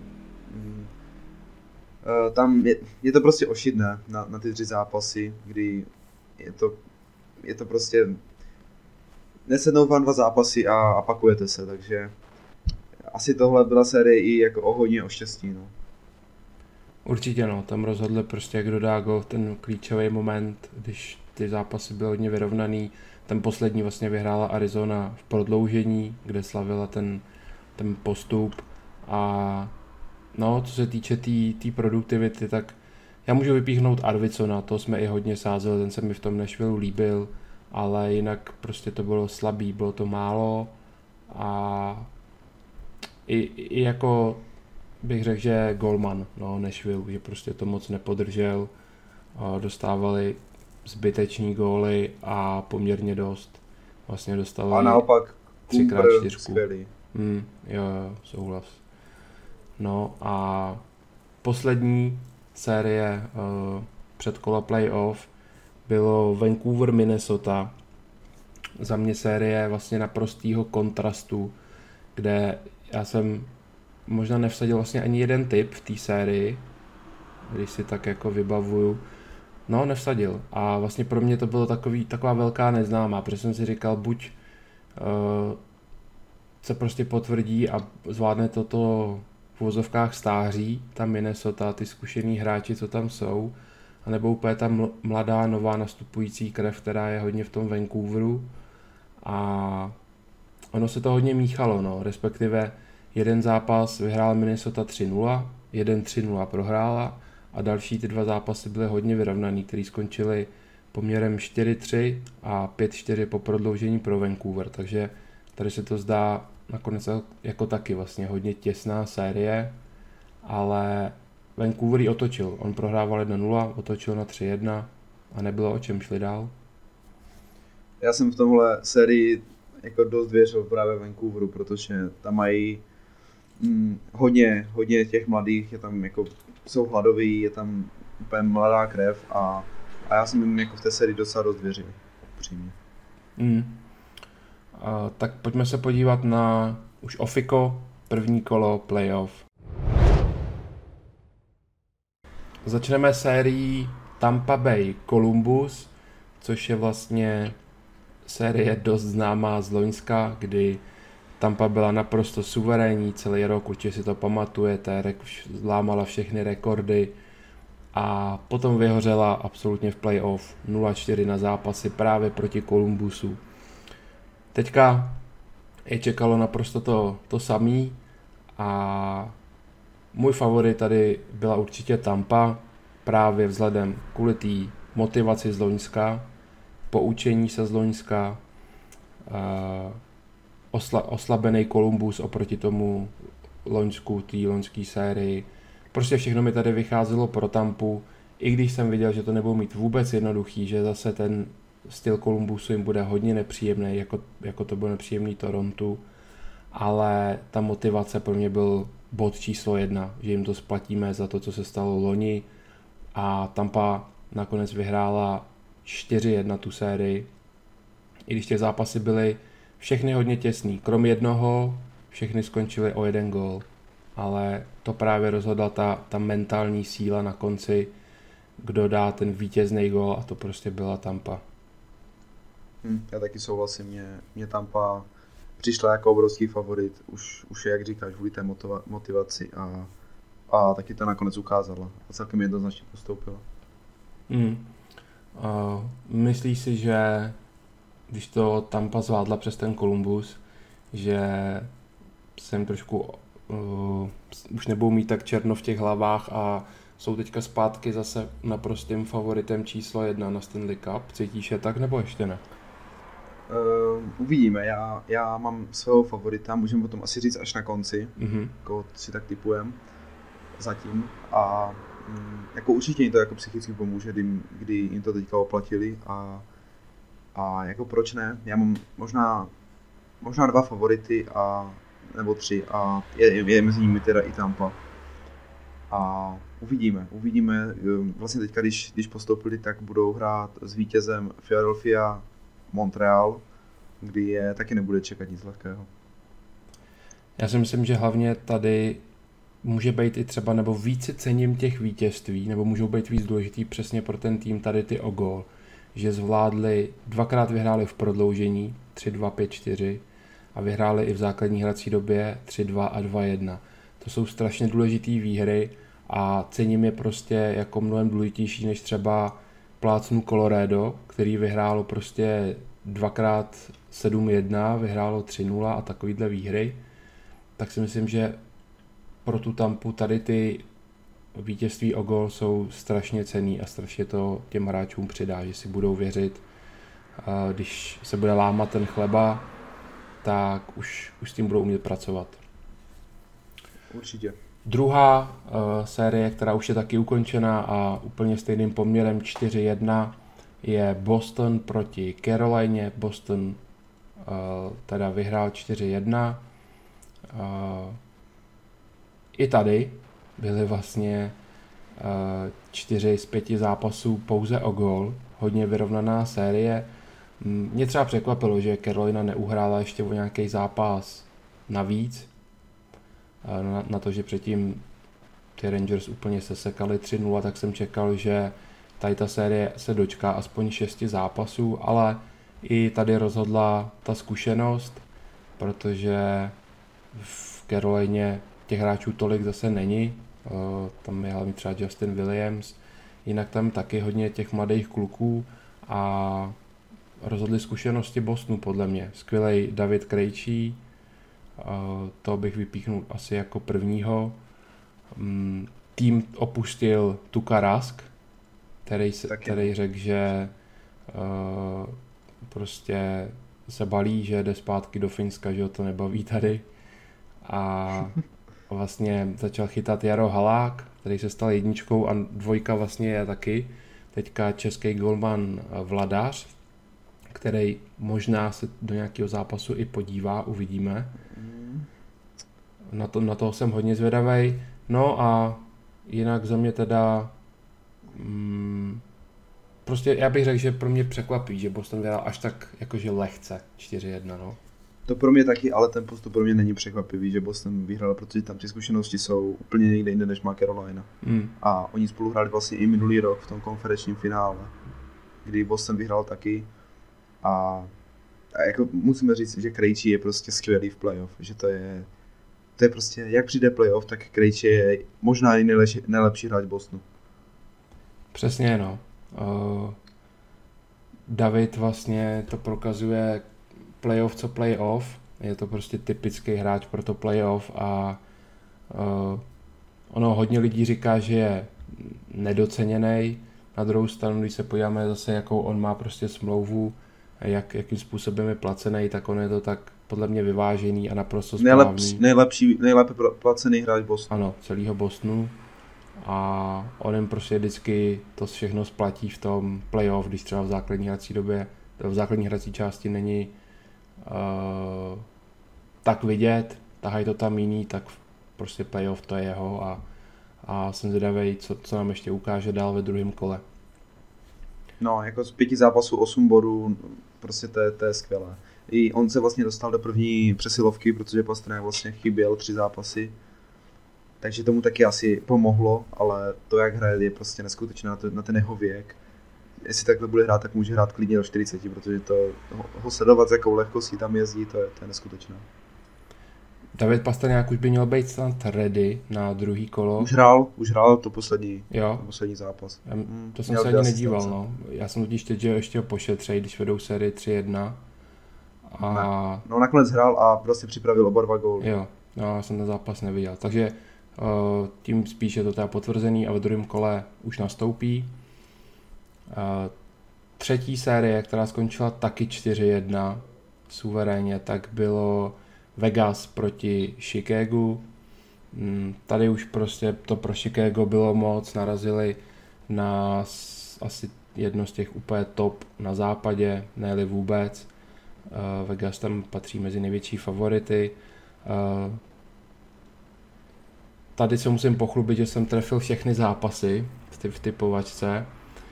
tam je to prostě ošidné na ty 3 zápasy, kdy je to prostě nesednou vám 2 zápasy a pakujete se, takže asi tohle byla série i jako hodně o štěstí. No. Určitě no, tam rozhodli prostě, kdo dá gol v ten klíčový moment, když ty zápasy byly hodně vyrovnaný. Ten poslední vlastně vyhrála Arizona v prodloužení, kde slavila ten postup a no, co se týče té produktivity, tak já můžu vypíchnout Arvidssona, to jsme i hodně sázeli, ten se mi v tom Nashville líbil, ale jinak prostě to bylo slabý, bylo to málo a i jako bych řekl, že golman, no Nashville, že prostě to moc nepodržel, dostávali zbyteční góly a poměrně dost, vlastně dostali a naopak 3x4. Skvělý. Jo, souhlas. No a poslední série předkola playoff bylo Vancouver, Minnesota. Za mě série vlastně naprostýho kontrastu, kde já jsem možná nevsadil vlastně ani jeden tip v té sérii když si tak jako vybavuju. No, nevsadil. A vlastně pro mě to bylo taková velká neznámá, protože jsem si říkal, buď se prostě potvrdí a zvládne toto v uvozovkách stáří, ta Minnesota, ty zkušený hráči, co tam jsou, anebo úplně ta mladá, nová nastupující krev, která je hodně v tom Vancouveru. A ono se to hodně míchalo, no, respektive jeden zápas vyhrál Minnesota 3-0, jeden 3-0 prohrála a další ty dva zápasy byly hodně vyrovnaný, který skončily poměrem 4-3 a 5-4 po prodloužení pro Vancouver, takže tady se to zdá nakonec jako taky vlastně hodně těsná série, ale Vancouver ji otočil, on prohrával 1-0, otočil na 3-1 a nebylo o čem, šli dál. Já jsem v tomhle sérii jako dost věřil právě Vancouveru, protože tam mají hodně těch mladých, je tam jako, jsou hladoví, je tam úplně mladá krev a já jsem jim jako v té sérii docela dost věřil, upřímně. Tak pojďme se podívat na už ofiko, první kolo playoff. Začneme sérií Tampa Bay Columbus, což je vlastně série dost známá z loňska, kdy Tampa byla naprosto suverénní celý rok, určitě si to pamatujete, zlámala všechny rekordy a potom vyhořela absolutně v playoff 0-4 na zápasy právě proti Columbusu. Teďka je čekalo naprosto to samý a můj favorit tady byla určitě Tampa, právě vzhledem kvůli té motivaci z loňska, poučení se z loňska, oslabený Columbus oproti tomu loňsku, té loňské sérii. Prostě všechno mi tady vycházelo pro Tampu, i když jsem viděl, že to nebudou mít vůbec jednoduchý, že zase ten styl Columbusu jim bude hodně nepříjemný, jako to bylo nepříjemný Torontu, ale ta motivace pro mě byl bod číslo 1, že jim to splatíme za to, co se stalo loni a Tampa nakonec vyhrála 4-1 tu sérii, i když těch zápasy byly všechny hodně těsný, krom jednoho všechny skončily o 1 gól, ale to právě rozhodla ta mentální síla na konci, kdo dá ten vítězný gól a to prostě byla Tampa. Já taky souhlasím, mě Tampa přišla jako obrovský favorit, už je, jak říkáš, kvůli té motivaci a taky to nakonec ukázala a celkem jednoznačně postoupila. Myslíš si, že když to Tampa zvládla přes ten Columbus, že jsem trošku už nebudou mít tak černo v těch hlavách a jsou teďka zpátky zase naprostým favoritem číslo 1 na Stanley Cup? Cítíš je tak nebo ještě ne? Uvidíme, já mám svého favorita, můžeme potom asi říct až na konci, jako si tak tipujem zatím a jako určitě jim to jako psychicky pomůže, kdy jim to teďka oplatili a jako proč ne, já mám možná 2 favority nebo 3 a je mezi nimi teda i Tampa a uvidíme, vlastně teďka když postoupili, tak budou hrát s vítězem Philadelphia Montreal, kdy je taky nebude čekat nic lehkého. Já si myslím, že hlavně tady může být i třeba, nebo více cením těch vítězství, nebo můžou být víc důležitý přesně pro ten tým tady ty o gól, že zvládli, 2krát vyhráli v prodloužení 3-2, 5-4 a vyhráli i v základní hrací době 3-2 a 2-1. To jsou strašně důležitý výhry a cením je prostě jako mnohem důležitější než třeba plácnu Colorado, který vyhrálo prostě 2x 7-1, vyhrálo 3-0 a takovýhle výhry. Tak si myslím, že pro tu Tampu tady ty vítězství o gól jsou strašně cenný a strašně to těm hráčům přidá, že si budou věřit, když se bude lámat ten chleba, tak už s tím budou umět pracovat. Určitě. Druhá série, která už je taky ukončená a úplně stejným poměrem 4-1, je Boston proti Carolině. Boston teda vyhrál 4-1. I tady byly vlastně 4 z 5 zápasů pouze o gól. Hodně vyrovnaná série. Mě třeba překvapilo, že Carolina neuhrála ještě o nějaký zápas navíc. Na to, že předtím ty Rangers úplně sesekali 3-0, tak jsem čekal, že tady ta série se dočká aspoň 6 zápasů, ale i tady rozhodla ta zkušenost, protože v Carolině těch hráčů tolik zase není. Tam je hlavně třeba Justin Williams, jinak tam taky hodně těch mladých kluků a rozhodli zkušenosti Bostonu podle mě. Skvělej David Krejčí, to bych vypíchnul asi jako prvního. Tým opustil Tuukka Rask, který řekl, že prostě se balí, že jde zpátky do Finska, že ho to nebaví tady. A vlastně začal chytat Jaro Halák, který se stal jedničkou a dvojka vlastně je taky teďka český golman Vladař, který možná se do nějakého zápasu i podívá, uvidíme. Na toho jsem hodně zvědavej. No a jinak za mě teda prostě já bych řekl, že pro mě překvapí, že Boston vyhrál až tak jakože lehce 4-1, no. To pro mě taky, ale ten postup pro mě není překvapivý, že Boston vyhrál, protože tam ty zkušenosti jsou úplně někde jinde, než má Carolina. A oni spolu hráli vlastně i minulý rok v tom konferenčním finále, kdy Boston vyhrál taky. A jako musíme říct, že Krejčí je prostě skvělý v playoff, že to je prostě, jak přijde playoff, tak Krejčí je možná i nejlepší hráč Bostonu. Přesně, no. David vlastně to prokazuje playoff co playoff, je to prostě typický hráč pro to playoff a ono hodně lidí říká, že je nedoceněný. Na druhou stranu, když se podíváme zase, jakou on má prostě smlouvu, jakým způsobem je placený, tak on je to tak podle mě vyvážený a naprosto správný. Nejlépe placený hráč Bostonu. Ano, celého Bostonu. A on jim prostě vždycky to všechno splatí v tom playoff, když třeba v základní hrací části není tak vidět, tahají to tam jiný, tak prostě playoff to je jeho a jsem zvědavej, co nám ještě ukáže dál ve druhém kole. No, jako z 5 zápasů 8 bodů, prostě to je skvělé. I on se vlastně dostal do první přesilovky, protože Pastrňák vlastně chyběl 3 zápasy. Takže tomu taky asi pomohlo, ale to, jak hraje, je prostě neskutečné na ten jeho věk. Jestli takhle bude hrát, tak může hrát klidně do 40, protože ho sledovat, s jakou lehkostí tam jezdí, to je neskutečné. David Pastrňák už by měl být snad ready na druhý kolo. Už hrál to poslední zápas. To jsem se ani nedíval, no. Já jsem totiž teď, že ještě ho pošetřej, když vedou sérii 3-1. No nakonec hrál a prostě připravil oba 2 góly. Jo, no, já jsem ten zápas neviděl, takže tím spíš je to teda potvrzený a ve druhém kole už nastoupí. Třetí série, která skončila taky 4-1 suverénně, tak bylo Vegas proti Chicagu. Tady už prostě to pro Chicago bylo moc, narazili na asi jedno z těch úplně top na západě, ne-li vůbec. Vegas tam patří mezi největší favority. Tady se musím pochlubit, že jsem trefil všechny zápasy v typovačce.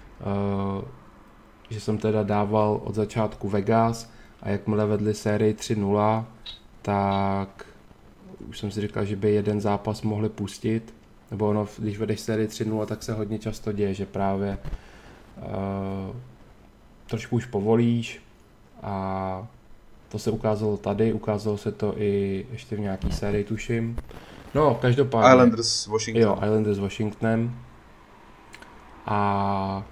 Že jsem teda dával od začátku Vegas a jakmile vedli sérii 3-0, tak už jsem si říkal, že by jeden zápas mohli pustit. Nebo ono, když vedeš sérii 3-0, tak se hodně často děje, že právě trošku už povolíš a to se ukázalo tady, ukázalo se to i ještě v nějaký sérii, tuším. No, každopádně. Islanders Washington. Jo, Islanders Washingtonem. A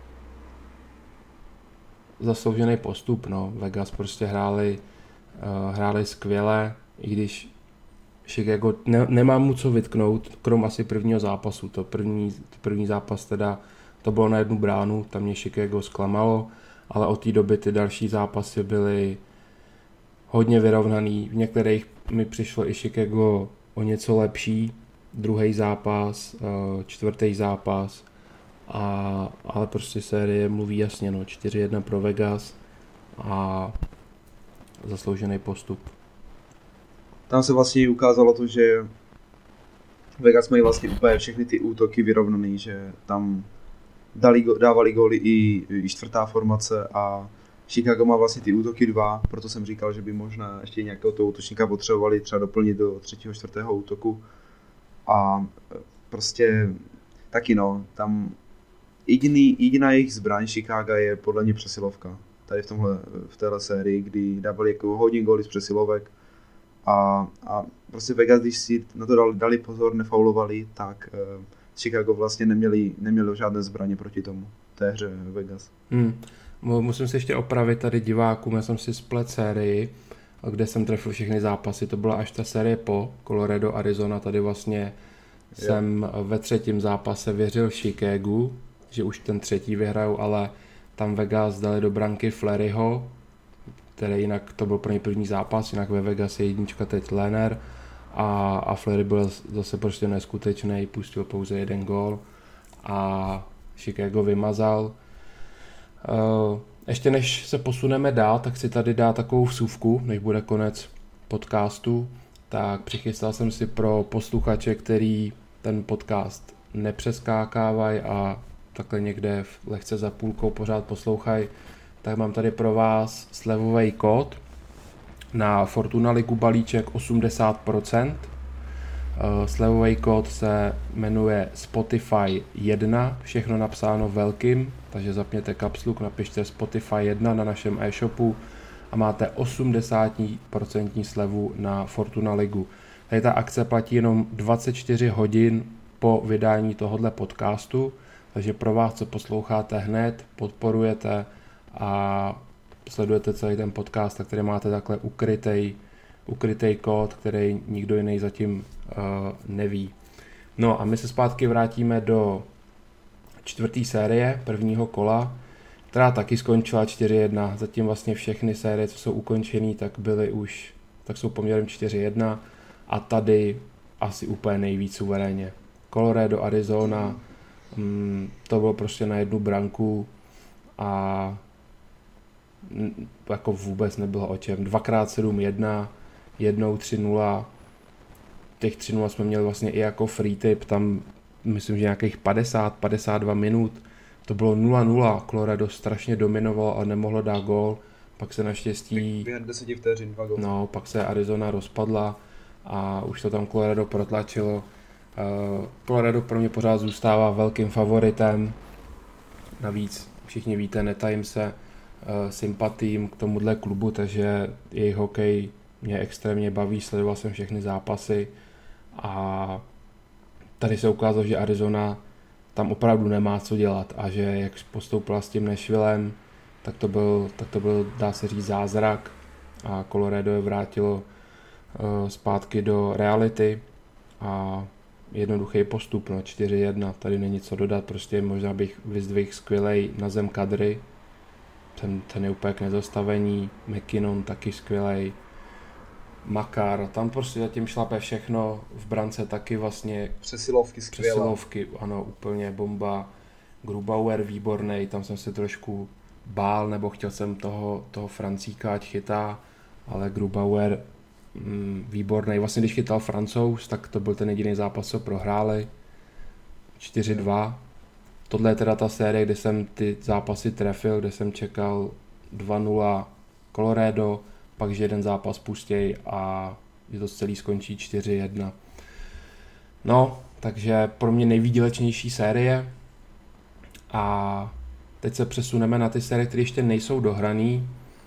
zasloužený postup, no. Vegas prostě hráli skvěle, i když Chicago nemám mu co vytknout, krom asi prvního zápasu. První zápas teda, to bylo na jednu bránu, tam mě Chicago zklamalo, ale od té doby ty další zápasy byly hodně vyrovnaný. V některých mi přišlo i Chicago o něco lepší, druhý zápas, čtvrtý zápas, ale prostě série mluví jasně, no, 4-1 pro Vegas a zasloužený postup. Tam se vlastně ukázalo to, že Vegas mají vlastně úplně všechny ty útoky vyrovnaný, že tam dávali góly i čtvrtá formace a Chicago má vlastně ty útoky 2, proto jsem říkal, že by možná ještě nějakého toho útočníka potřebovali třeba doplnit do 3. 4. útoku. A prostě taky no, tam jediná jejich zbraň Chicaga je podle mě přesilovka. Tady v téhle sérii, kdy dávali jako hodně góly z přesilovek a prostě Vegas, když si na to dali pozor, nefaulovali, tak Chicago vlastně neměli žádné zbraně proti tomu, té hře Vegas. Musím se ještě opravit tady divákům, já jsem si splet sérii, kde jsem trefil všechny zápasy, to byla až ta série po Colorado, Arizona, tady vlastně jsem ve třetím zápase věřil Chicagu, že už ten třetí vyhrajou, ale tam Vegas dali do branky Flahertyho, který jinak to byl pro ně první zápas, jinak ve Vegas je jednička teď Leonard a Flaherty byl zase prostě neskutečný, pustil pouze jeden gól a Chicago vymazal. Ještě než se posuneme dál, tak si tady dá takovou vsuvku, než bude konec podcastu, tak přichystal jsem si pro posluchače, který ten podcast nepřeskákávají a takhle někde lehce za půlkou pořád poslouchají, tak mám tady pro vás slevový kód na Fortuna Ligu balíček 80%. Slevový kód se jmenuje Spotify 1, všechno napsáno velkým, takže zapněte kapsluk, napište Spotify 1 na našem e-shopu a máte 80% slevu na Fortuna Ligu. Tady ta akce platí jenom 24 hodin po vydání tohohle podcastu, takže pro vás, co posloucháte hned, podporujete a sledujete celý ten podcast, tak tady máte takhle ukrytej kód, který nikdo jiný zatím neví. No a my se zpátky vrátíme do čtvrté série prvního kola, která taky skončila 4-1. Zatím vlastně všechny série, co jsou ukončený, tak jsou poměrem 4-1 a tady asi úplně nejvíc suverénně. Colorado, Arizona, to bylo prostě na jednu branku a jako vůbec nebylo o čem. 2x7-1, jednou 3-0, těch 3-0 jsme měli vlastně i jako free tip, tam myslím, že nějakých 50-52 minut, to bylo 0-0, Colorado strašně dominovalo, ale nemohlo dát gól, pak se naštěstí... Během 10 vteřin 2 góly. No, pak se Arizona rozpadla a už to tam Colorado protlačilo. Colorado pro mě pořád zůstává velkým favoritem, navíc všichni víte, netajím se sympatím k tomuhle klubu, takže jejich hokej mě extrémně baví, sledoval jsem všechny zápasy a tady se ukázalo, že Arizona tam opravdu nemá co dělat a že jak postoupila s tím Nashvillem, tak to byl, dá se říct, zázrak a Colorado je vrátilo zpátky do reality a jednoduchý postup, no 4-1, tady není co dodat, prostě možná bych vyzdvihl skvělej na zem kadry, ten je úplně k nezastavení, McKinnon taky skvělej, Makar, tam prostě zatím šlape všechno, v brance taky vlastně. Přesilovky skvělé. Přesilovky, ano, úplně bomba. Grubauer výborný, tam jsem se trošku bál, nebo chtěl jsem toho Francíka, ať chytá, ale Grubauer výborný. Vlastně když chytal Francouz, tak to byl ten jediný zápas, co prohráli. 4-2. Tohle je teda ta série, kde jsem ty zápasy trefil, kde jsem čekal 2-0 Colorado, pak že jeden zápas pustěj a že to celý skončí 4-1. No, takže pro mě nejvýdělečnější série a teď se přesuneme na ty série, které ještě nejsou dohraný.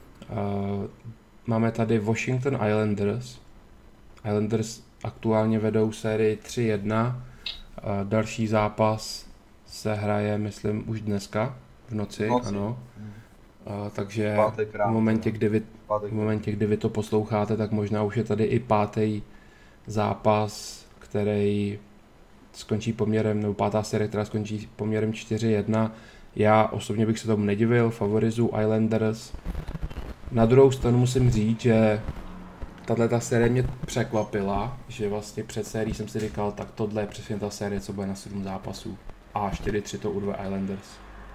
Máme tady Washington Islanders. Islanders aktuálně vedou sérii 3-1. Další zápas se hraje, myslím, už dneska v noci. Ano. Takže v momentě, kdy vy to posloucháte, tak možná už je tady i pátý zápas, který skončí poměrem, nebo pátá série, která skončí poměrem 4-1. Já osobně bych se tomu nedivil, favorizuju Islanders. Na druhou stranu musím říct, že tato série mě překvapila, že vlastně před sérií jsem si říkal, tak tohle je přesně ta série, co bude na 7 zápasů. A 4-3 to urve Islanders.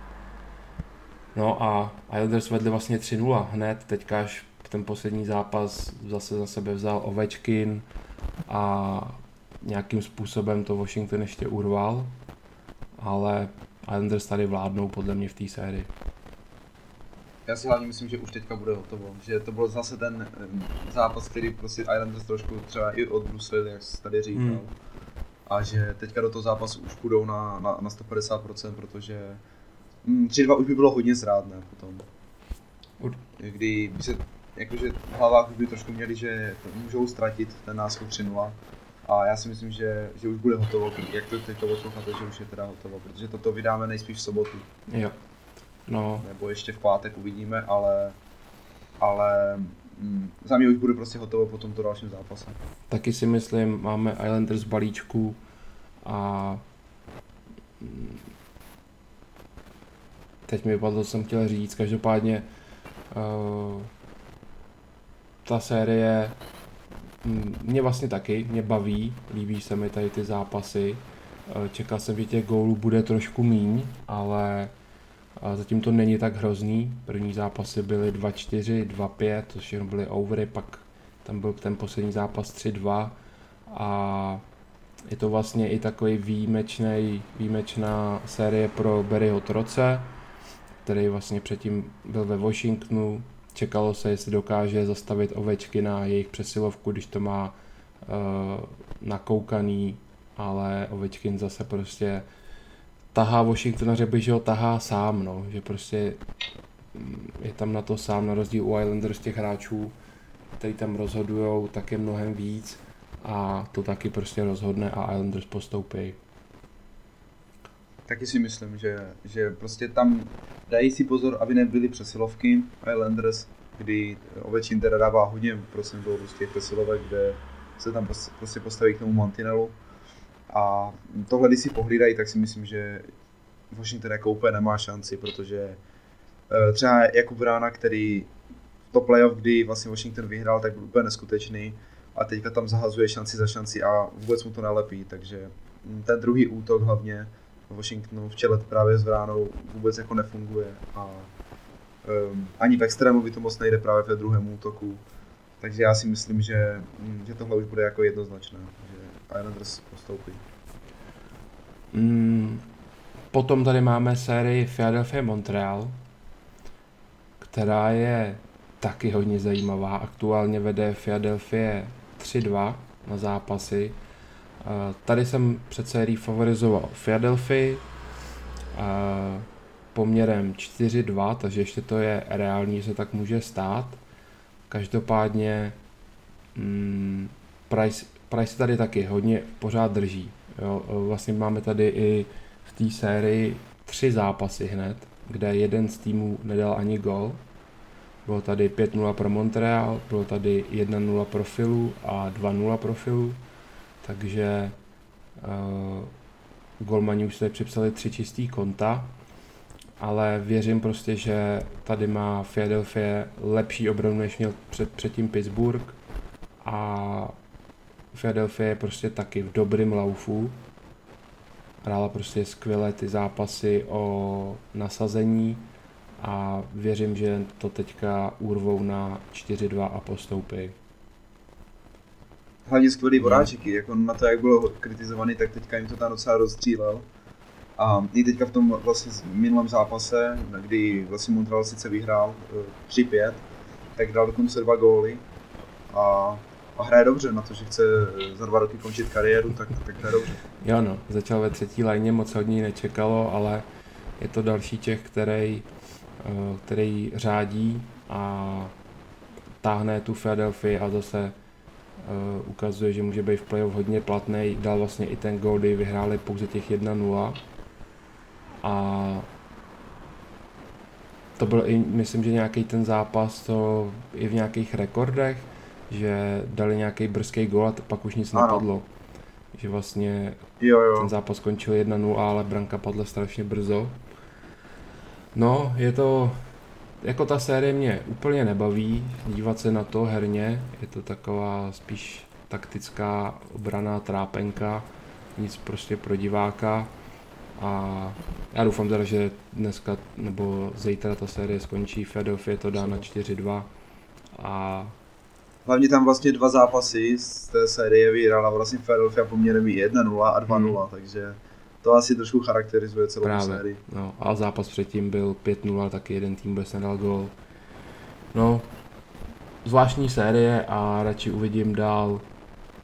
No a Islanders vedli vlastně 3-0 hned, teďka až ten poslední zápas zase za sebe vzal Ovečkin a nějakým způsobem to Washington ještě urval, ale Islanders tady vládnou podle mě v té sérii. Já si hlavně myslím, že už teďka bude hotovo, že to byl zase ten zápas, který prostě Islanders trošku třeba i odbruslili, jak jsi tady říkal. a že teďka do toho zápasu už půjdou na 150%, protože 3-2 už by bylo hodně zrádné potom. Kdy by se, jakože v hlavách už by trošku měli, že můžou ztratit ten náskok 3-0. A já si myslím, že už bude hotovo, jak to teď posloucháte, že už je teda hotovo, protože toto vydáme nejspíš v sobotu. Jo. No. Nebo ještě v pátek uvidíme, ale za mě už bude prostě hotovo po tomto dalším zápase. Taky si myslím, máme Islanders v balíčku a teď mi vypadlo, co jsem chtěl říct, každopádně ta série mě vlastně taky, mě baví, líbí se mi tady ty zápasy, čekal jsem, že těch gólů bude trošku míň, ale zatím to není tak hrozný. První zápasy byly 2-4, 2-5, to všechno byly overy, pak tam byl ten poslední zápas 3-2 a je to vlastně i takový výjimečná série pro Barryho Troce, který vlastně předtím byl ve Washingtonu. Čekalo se, jestli dokáže zastavit Ovečky na jejich přesilovku, když to má nakoukaný, ale Ovečkin zase prostě tahá Washingtona, že ho tahá sám, no, že prostě je tam na to sám, na rozdíl u Islanders těch hráčů, kteří tam rozhodujou, tak je mnohem víc a to taky prostě rozhodne a Islanders postoupí. Taky si myslím, že prostě tam dají si pozor, aby nebyly přesilovky Islanders, kdy Ovečkin teda dává hodně gólů z těch přesilovek, kde se tam prostě postaví k tomu mantinelu. A tohle, když si pohlídají, tak si myslím, že Washington jako úplně nemá šanci, protože třeba Jakub Vrána, který to playoff, kdy vlastně Washington vyhrál, tak byl úplně neskutečný a teďka tam zahazuje šanci za šanci a vůbec mu to nelepí, takže ten druhý útok hlavně Washingtonu v čele právě s Vránou vůbec jako nefunguje a ani v extrému to moc nejde právě ve druhém útoku, takže já si myslím, že tohle už bude jako jednoznačné, že Islanders postoupí. Potom tady máme sérii Philadelphia-Montreal, která je taky hodně zajímavá. Aktuálně vede Philadelphia 3-2 na zápasy. Tady jsem před sérií favorizoval Philadelphia poměrem 4-2, takže ještě to je reálný, že se tak může stát. Každopádně Price tady taky hodně pořád drží. Jo, vlastně máme tady i v té sérii 3 zápasy hned, kde jeden z týmů nedal ani gol. Bylo tady 5-0 pro Montreal, bylo tady 1-0 pro Philu a 2-0 pro Philu, takže golmani už se připsali 3 čistý konta, ale věřím prostě, že tady má Philadelphia lepší obranu, než měl předtím Pittsburgh a Philadelphia je prostě taky v dobrým laufu. Hrála prostě skvěle ty zápasy o nasazení a věřím, že to teďka urvou na 4-2 a postoupí. Hlavně skvělý voráčiky, jako na to, jak bylo kritizovaný, tak teďka jim to tam docela rozstřílel. A i teďka v tom vlastně minulém zápase, kdy vlastně Montreal sice vyhrál 3-5, tak dal dokonce 2 góly a hraje dobře na to, že chce za 2 roky končit kariéru, tak hraje dobře. Jo no, začal ve 3. lajně, moc od ní nečekalo, ale je to další Čech, který řádí a táhne tu Philadelphia a zase ukazuje, že může být v playoff hodně platný. Dal vlastně i ten gól, kdy vyhráli pouze těch 1-0 a to byl i, myslím, že nějaký ten zápas, to i v nějakých rekordech, že dali nějaký brzký gól a pak už nic nepadlo. Že vlastně ten zápas skončil 1-0, ale branka padla strašně brzo. No, je to, jako ta série mě úplně nebaví dívat se na to herně, je to taková spíš taktická obranná trápenka, nic prostě pro diváka a já doufám teda, že dneska nebo zítra ta série skončí, Philadelphia to dá na 4-2 a hlavně tam vlastně 2 zápasy z té série vyhrála vlastně Philadelphia poměrem 1-0 a 2-0, takže to asi trošku charakterizuje celou sérii. No, a zápas předtím byl 5-0, taky jeden tým vůbec nedal gól. No, zvláštní série a radši uvidím dál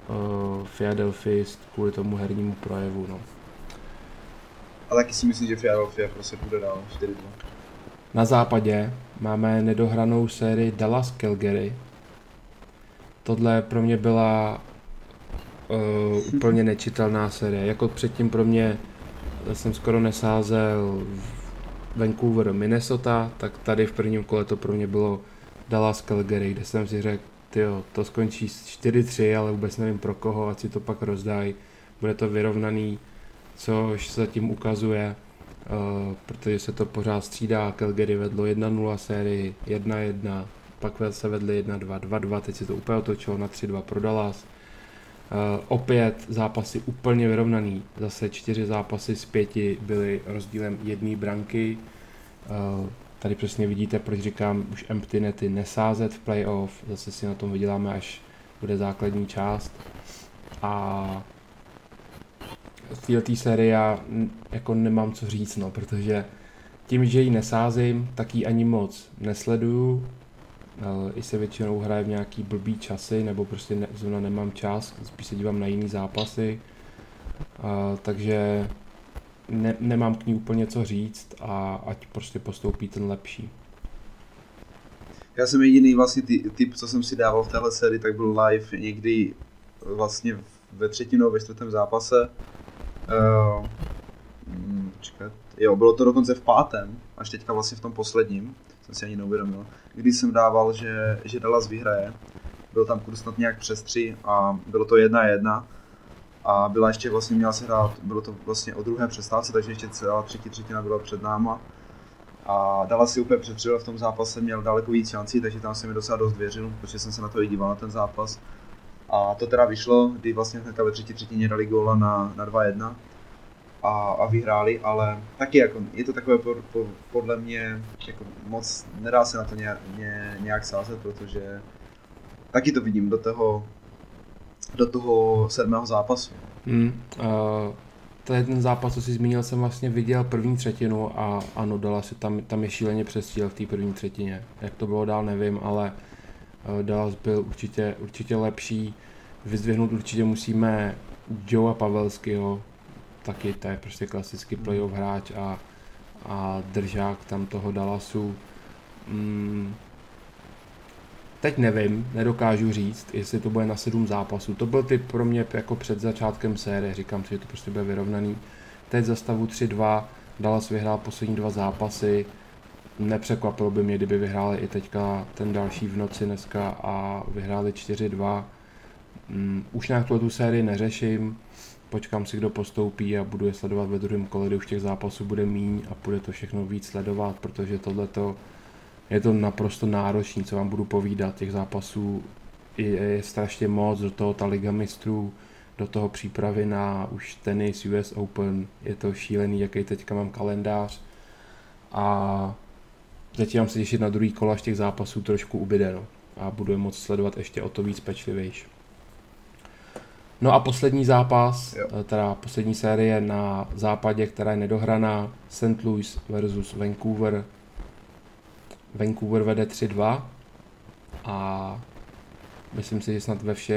Philadelphia kvůli tomu hernímu projevu. No. A taky si myslím, že Philadelphia prostě půjde dál 4-2. Na západě máme nedohranou sérii Dallas Calgary. Tohle pro mě byla úplně nečitelná série. Jako předtím pro mě jsem skoro nesázel Vancouver Minnesota, tak tady v prvním kole to pro mě bylo Dallas Calgary, kde jsem si řekl, tyjo, to skončí 4-3, ale vůbec nevím pro koho, ať si to pak rozdají. Bude to vyrovnaný, což se zatím ukazuje, protože se to pořád střídá. Calgary vedlo 1-0 sérii, 1-1, pak se vedli 1-2, 2-2, teď se to úplně otočilo na 3-2 pro Dallas. Opět zápasy úplně vyrovnaný, zase 4 zápasy z 5 byly rozdílem 1 branky. Tady přesně vidíte, proč říkám už empty nety nesázet v playoff, zase si na tom vyděláme, až bude základní část. A v této sérii já jako nemám co říct, no, protože tím, že ji nesázím, tak ji ani moc nesleduju. I se většinou hraje v nějaký blbý časy, nebo prostě zrovna nemám čas, spíš se dívám na jiný zápasy. Takže nemám k ní úplně co říct a ať prostě postoupí ten lepší. Já jsem jediný vlastně typ, co jsem si dával v téhle sérii, tak byl live někdy vlastně ve 3. nebo ve 4. zápase. Jo, bylo to dokonce v 5. až teďka vlastně v tom posledním, jsem si ani neuvědomil, kdy jsem dával, že Dallas vyhraje. Byl tam kurz snad nějak přes 3 a bylo to 1-1. A byla ještě vlastně, měla se hrát, bylo to vlastně o druhé přestávce, takže ještě celá 3. třetina byla před náma. A Dallas si úplně přetřel v tom zápase, měl daleko víc šancí, takže tam se mi docela dost věřil, protože jsem se na to i díval na ten zápas. A to teda vyšlo, kdy vlastně hnedka ve 3. třetině dali góla na 2-1 a vyhráli, ale taky jako, je to takové podle mě jako moc, nedá se na to nějak sázet, protože taky to vidím do toho 7. zápasu. To je ten zápas, co jsi zmínil, jsem vlastně viděl první třetinu a ano, Dallas tam je šíleně přestíl v té první třetině. Jak to bylo dál, nevím, ale Dallas byl určitě lepší. Vyzdvihnout určitě musíme Joea Pavelského, taky to je prostě klasický playoff hráč a držák tam toho Dallasu. Teď nevím, nedokážu říct, jestli to bude na 7 zápasů. To byl typ pro mě jako před začátkem série, říkám si, že to prostě bude vyrovnaný. Teď za stavu 3-2, Dallas vyhrál poslední 2 zápasy. Nepřekvapilo by mě, kdyby vyhráli i teďka ten další v noci dneska a vyhráli 4-2. Už nějak tu sérii neřeším, počkám si, kdo postoupí a budu je sledovat ve druhém kole, kdy už těch zápasů bude míň a bude to všechno víc sledovat, protože tohleto je to naprosto náročný, co vám budu povídat. Těch zápasů je strašně moc, do toho ta Liga mistrů, do toho přípravy na už tenis, US Open, je to šílený, jaký teďka mám kalendář a začínám se těšit na druhý kolo, až těch zápasů trošku ubyde, no. A budu je moc sledovat ještě o to víc pečlivější. No a poslední zápas, teda poslední série na západě, která je nedohraná, St. Louis versus Vancouver. Vancouver vede 3-2 a myslím si, že snad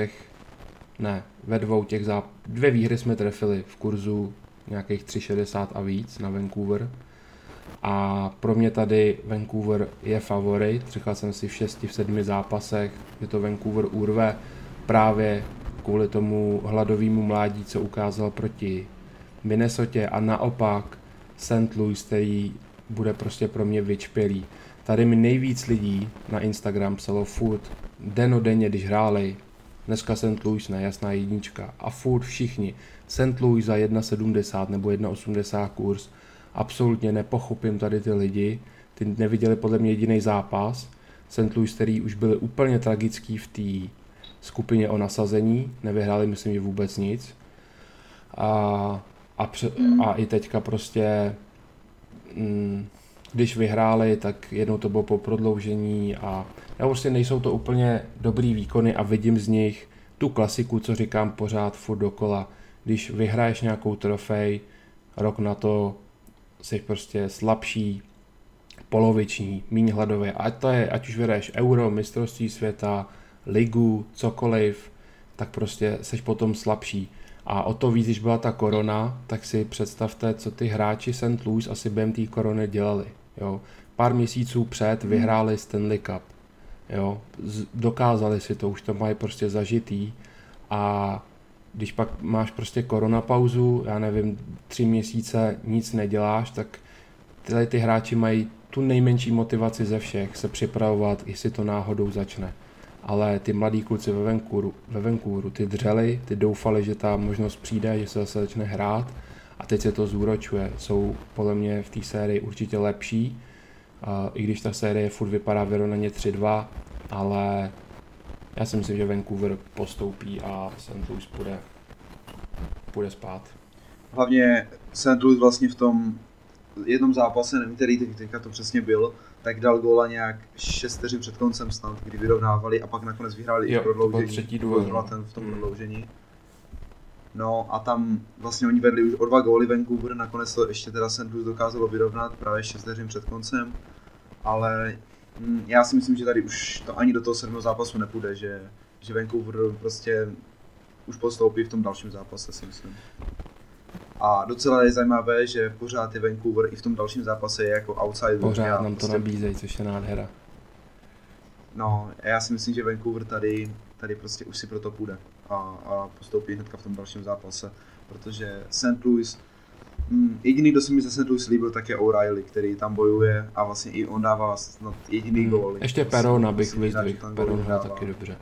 ve 2 těch 2 výhry jsme trefili v kurzu nějakých 3,60 a víc na Vancouver. A pro mě tady Vancouver je favorit, říkal jsem si v 6, v 7 zápasech, že to Vancouver urve právě kvůli tomu hladovému mládí, co ukázal proti Minnesotě a naopak St. Louis, který bude prostě pro mě vyčpělý. Tady mi nejvíc lidí na Instagram psalo furt dennodenně, když hráli, dneska St. Louis ne, jasná jednička a furt všichni, St. Louis za 1,70 nebo 1,80 kurz, absolutně nepochopím tady ty lidi, ty neviděli podle mě jediný zápas, St. Louis, který už byli úplně tragický v té skupině o nasazení, nevyhráli myslím, že vůbec nic a i teďka prostě když vyhráli, tak jednou to bylo po prodloužení a prostě nejsou to úplně dobrý výkony a vidím z nich tu klasiku, co říkám pořád furt dokola. Když vyhraješ nějakou trofej, rok na to jsi prostě slabší, poloviční, míň hladový. Ať už vyhraješ Euro, mistrovství světa, ligu, cokoliv, tak prostě seš potom slabší. A o to víc, když byla ta korona, tak si představte, co ty hráči St. Louis asi během té korony dělali. Jo. Pár měsíců před vyhráli Stanley Cup. Jo. Dokázali si to, už to mají prostě zažitý. A když pak máš prostě koronapauzu, já nevím, 3 měsíce nic neděláš, tak tyhle ty hráči mají tu nejmenší motivaci ze všech se připravovat, jestli to náhodou začne. Ale ty mladí kluci ve Vancouveru, ty dřeli, ty doufali, že ta možnost přijde, že se zase začne hrát a teď se to zúročuje. Jsou podle mě v té sérii určitě lepší, i když ta série furt vypadá vyrovnaně 3-2, ale já si myslím, že Vancouver postoupí a St. Louis půjde spát. Hlavně St. Louis vlastně v tom jednom zápase, nevím, který teďka to přesně byl, tak dal góla nějak 6 vteřin před koncem snad, kdy vyrovnávali a pak nakonec vyhráli i prodloužení. Třetí duel. V tom prodloužení. No a tam vlastně oni vedli už o 2 góly Vancouver, nakonec to ještě teda St. Louis dokázalo vyrovnat právě 6 vteřin před koncem, ale já si myslím, že tady už to ani do toho 7. zápasu nepůjde, že Vancouver prostě už postoupí v tom dalším zápase, si myslím. A docela je zajímavé, že pořád je Vancouver i v tom dalším zápase je jako outsider. Pořád nám to nabízejí, což je nádhera. No, já si myslím, že Vancouver tady prostě už si pro to půjde a postoupí hnedka v tom dalším zápase, protože St. Louis, jediný, kdo se mi ze St. Louis líbil, tak je O'Reilly, který tam bojuje a vlastně i on dává snad jediný gól. Ještě Perona bych vyzdvihl, Peron hrál taky dobře.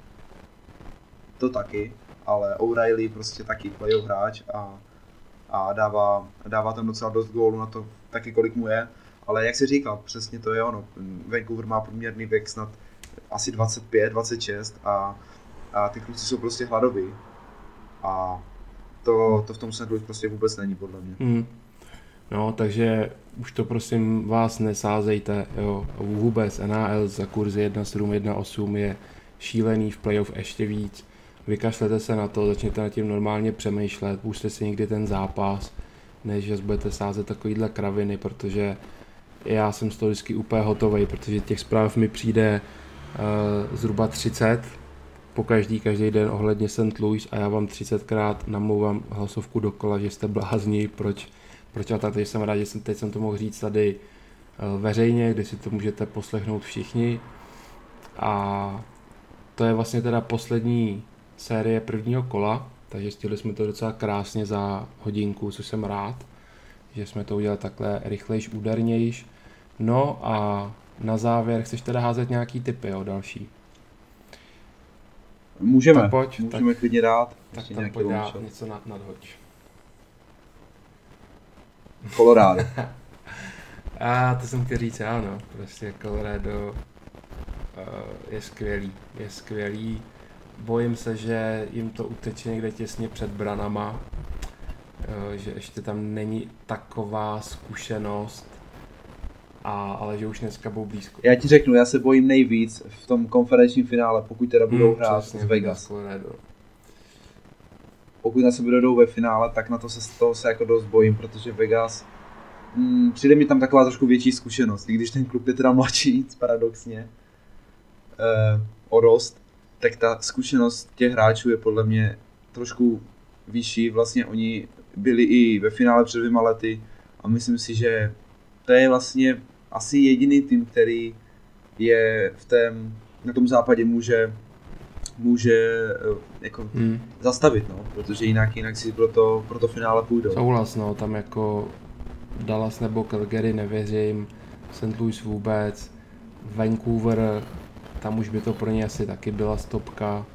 To taky, ale O'Reilly prostě taky playoff hráč a dává tam docela dost gólů na to taky, kolik mu je, ale jak jsi říkal, přesně to je ono. Vancouver má průměrný věk snad asi 25, 26 a ty kluci jsou prostě hladoví a to v tom St. Louis prostě vůbec není, podle mě. No, takže už to prosím vás nesázejte, jo, vůbec NHL za kurzy 1.7, 1.8 je šílený, v playoff ještě víc. Vykašlete se na to, začněte nad tím normálně přemýšlet, pusťte si někdy ten zápas, než že budete sázet takovýhle kraviny, protože já jsem z toho vždycky úplně hotovej, protože těch zpráv mi přijde zhruba 30 každý den ohledně St. Louis a já vám 30krát namlouvám hlasovku dokola, že jste blázni, proč a tak, takže jsem rád, že teď jsem to mohl říct tady veřejně, kde si to můžete poslechnout všichni. A to je vlastně teda poslední série prvního kola, takže stihli jsme to docela krásně za hodinku, což jsem rád, že jsme to udělali takhle rychlejš, údernějš. No a na závěr chceš teda házet nějaký tipy, jo, další? Můžeme klidně dát. Tak tam pojď dát něco nadhoď. Colorado. A to jsem chtěl říct, ano, prostě Colorado je skvělý. Bojím se, že jim to uteče někde těsně před branama, že ještě tam není taková zkušenost, ale že už dneska budou blízko. Já ti řeknu, já se bojím nejvíc v tom konferenčním finále, pokud teda budou hrát z Vegas. Pokud na sebe jdou ve finále, tak na toho se jako dost bojím, protože Vegas, přijde mi tam taková trošku větší zkušenost, i když ten klub je teda mladší, paradoxně, o dost, tak ta zkušenost těch hráčů je podle mě trošku vyšší. Vlastně oni byli i ve finále před 2 lety a myslím si, že to je vlastně asi jediný tým, který je na tom západě může jako zastavit, no, protože jinak si pro to finále půjdou. Souhlas, no, tam jako Dallas nebo Calgary nevěřím, St. Louis vůbec, Vancouver, tam už by to pro ně asi taky byla stopka,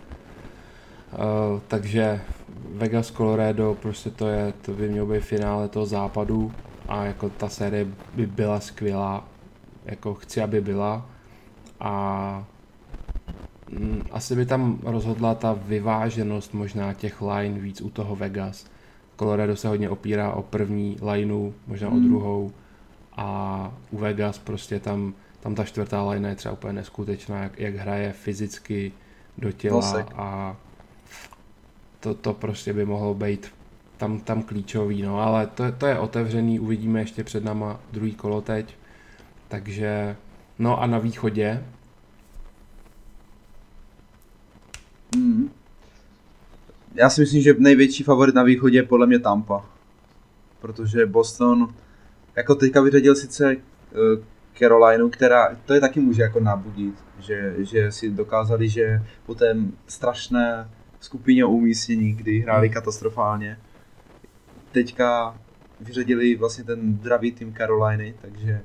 takže Vegas, Colorado, prostě to by mělo být finále toho západu a jako ta série by byla skvělá, jako chci, aby byla a asi by tam rozhodla ta vyváženost možná těch line víc u toho Vegas. Colorado se hodně opírá o první lineu, možná o druhou a u Vegas prostě tam ta 4. line je třeba úplně neskutečná, jak hraje fyzicky do těla a to prostě by mohlo být tam klíčový, no, ale to je otevřený, uvidíme ještě před náma druhý kolo teď, takže, no a na východě? Já si myslím, že největší favorit na východě je podle mě Tampa. Protože Boston jako teďka vyřadil sice Carolinu, která to je taky může jako nabudit, že si dokázali, že po té strašné skupině umístění, kdy hráli katastrofálně, teďka vyřadili vlastně ten zdravý tým Caroliny, takže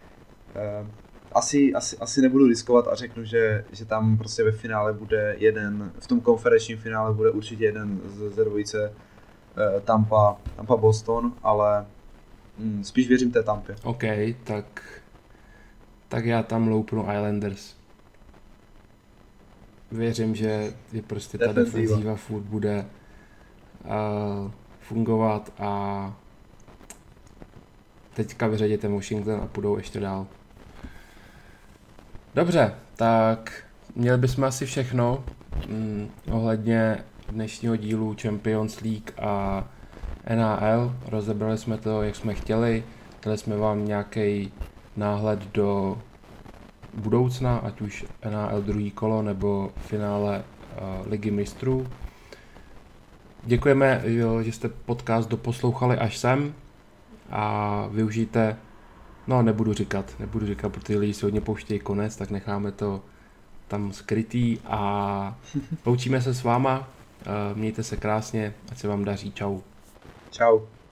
asi nebudu riskovat a řeknu, že tam prostě ve finále bude v tom konferenčním finále bude určitě jeden ze dvojice Tampa Boston, ale spíš věřím té Tampě. OK, tak já tam loupnu Islanders. Věřím, že prostě ta defenzíva furt bude fungovat a teďka vyřadíte Washington a půjdou ještě dál. Dobře, tak měli bychom asi všechno ohledně dnešního dílu Champions League a NHL. Rozebrali jsme to, jak jsme chtěli. Dali jsme vám nějaký náhled do budoucna, ať už NHL druhý kolo nebo finále Ligy mistrů. Děkujeme, že jste podcast doposlouchali až sem a využijte, nebudu říkat, protože lidi si hodně pouštějí konec, tak necháme to tam skrytý a loučíme se s váma, mějte se krásně, ať se vám daří, čau. Čau.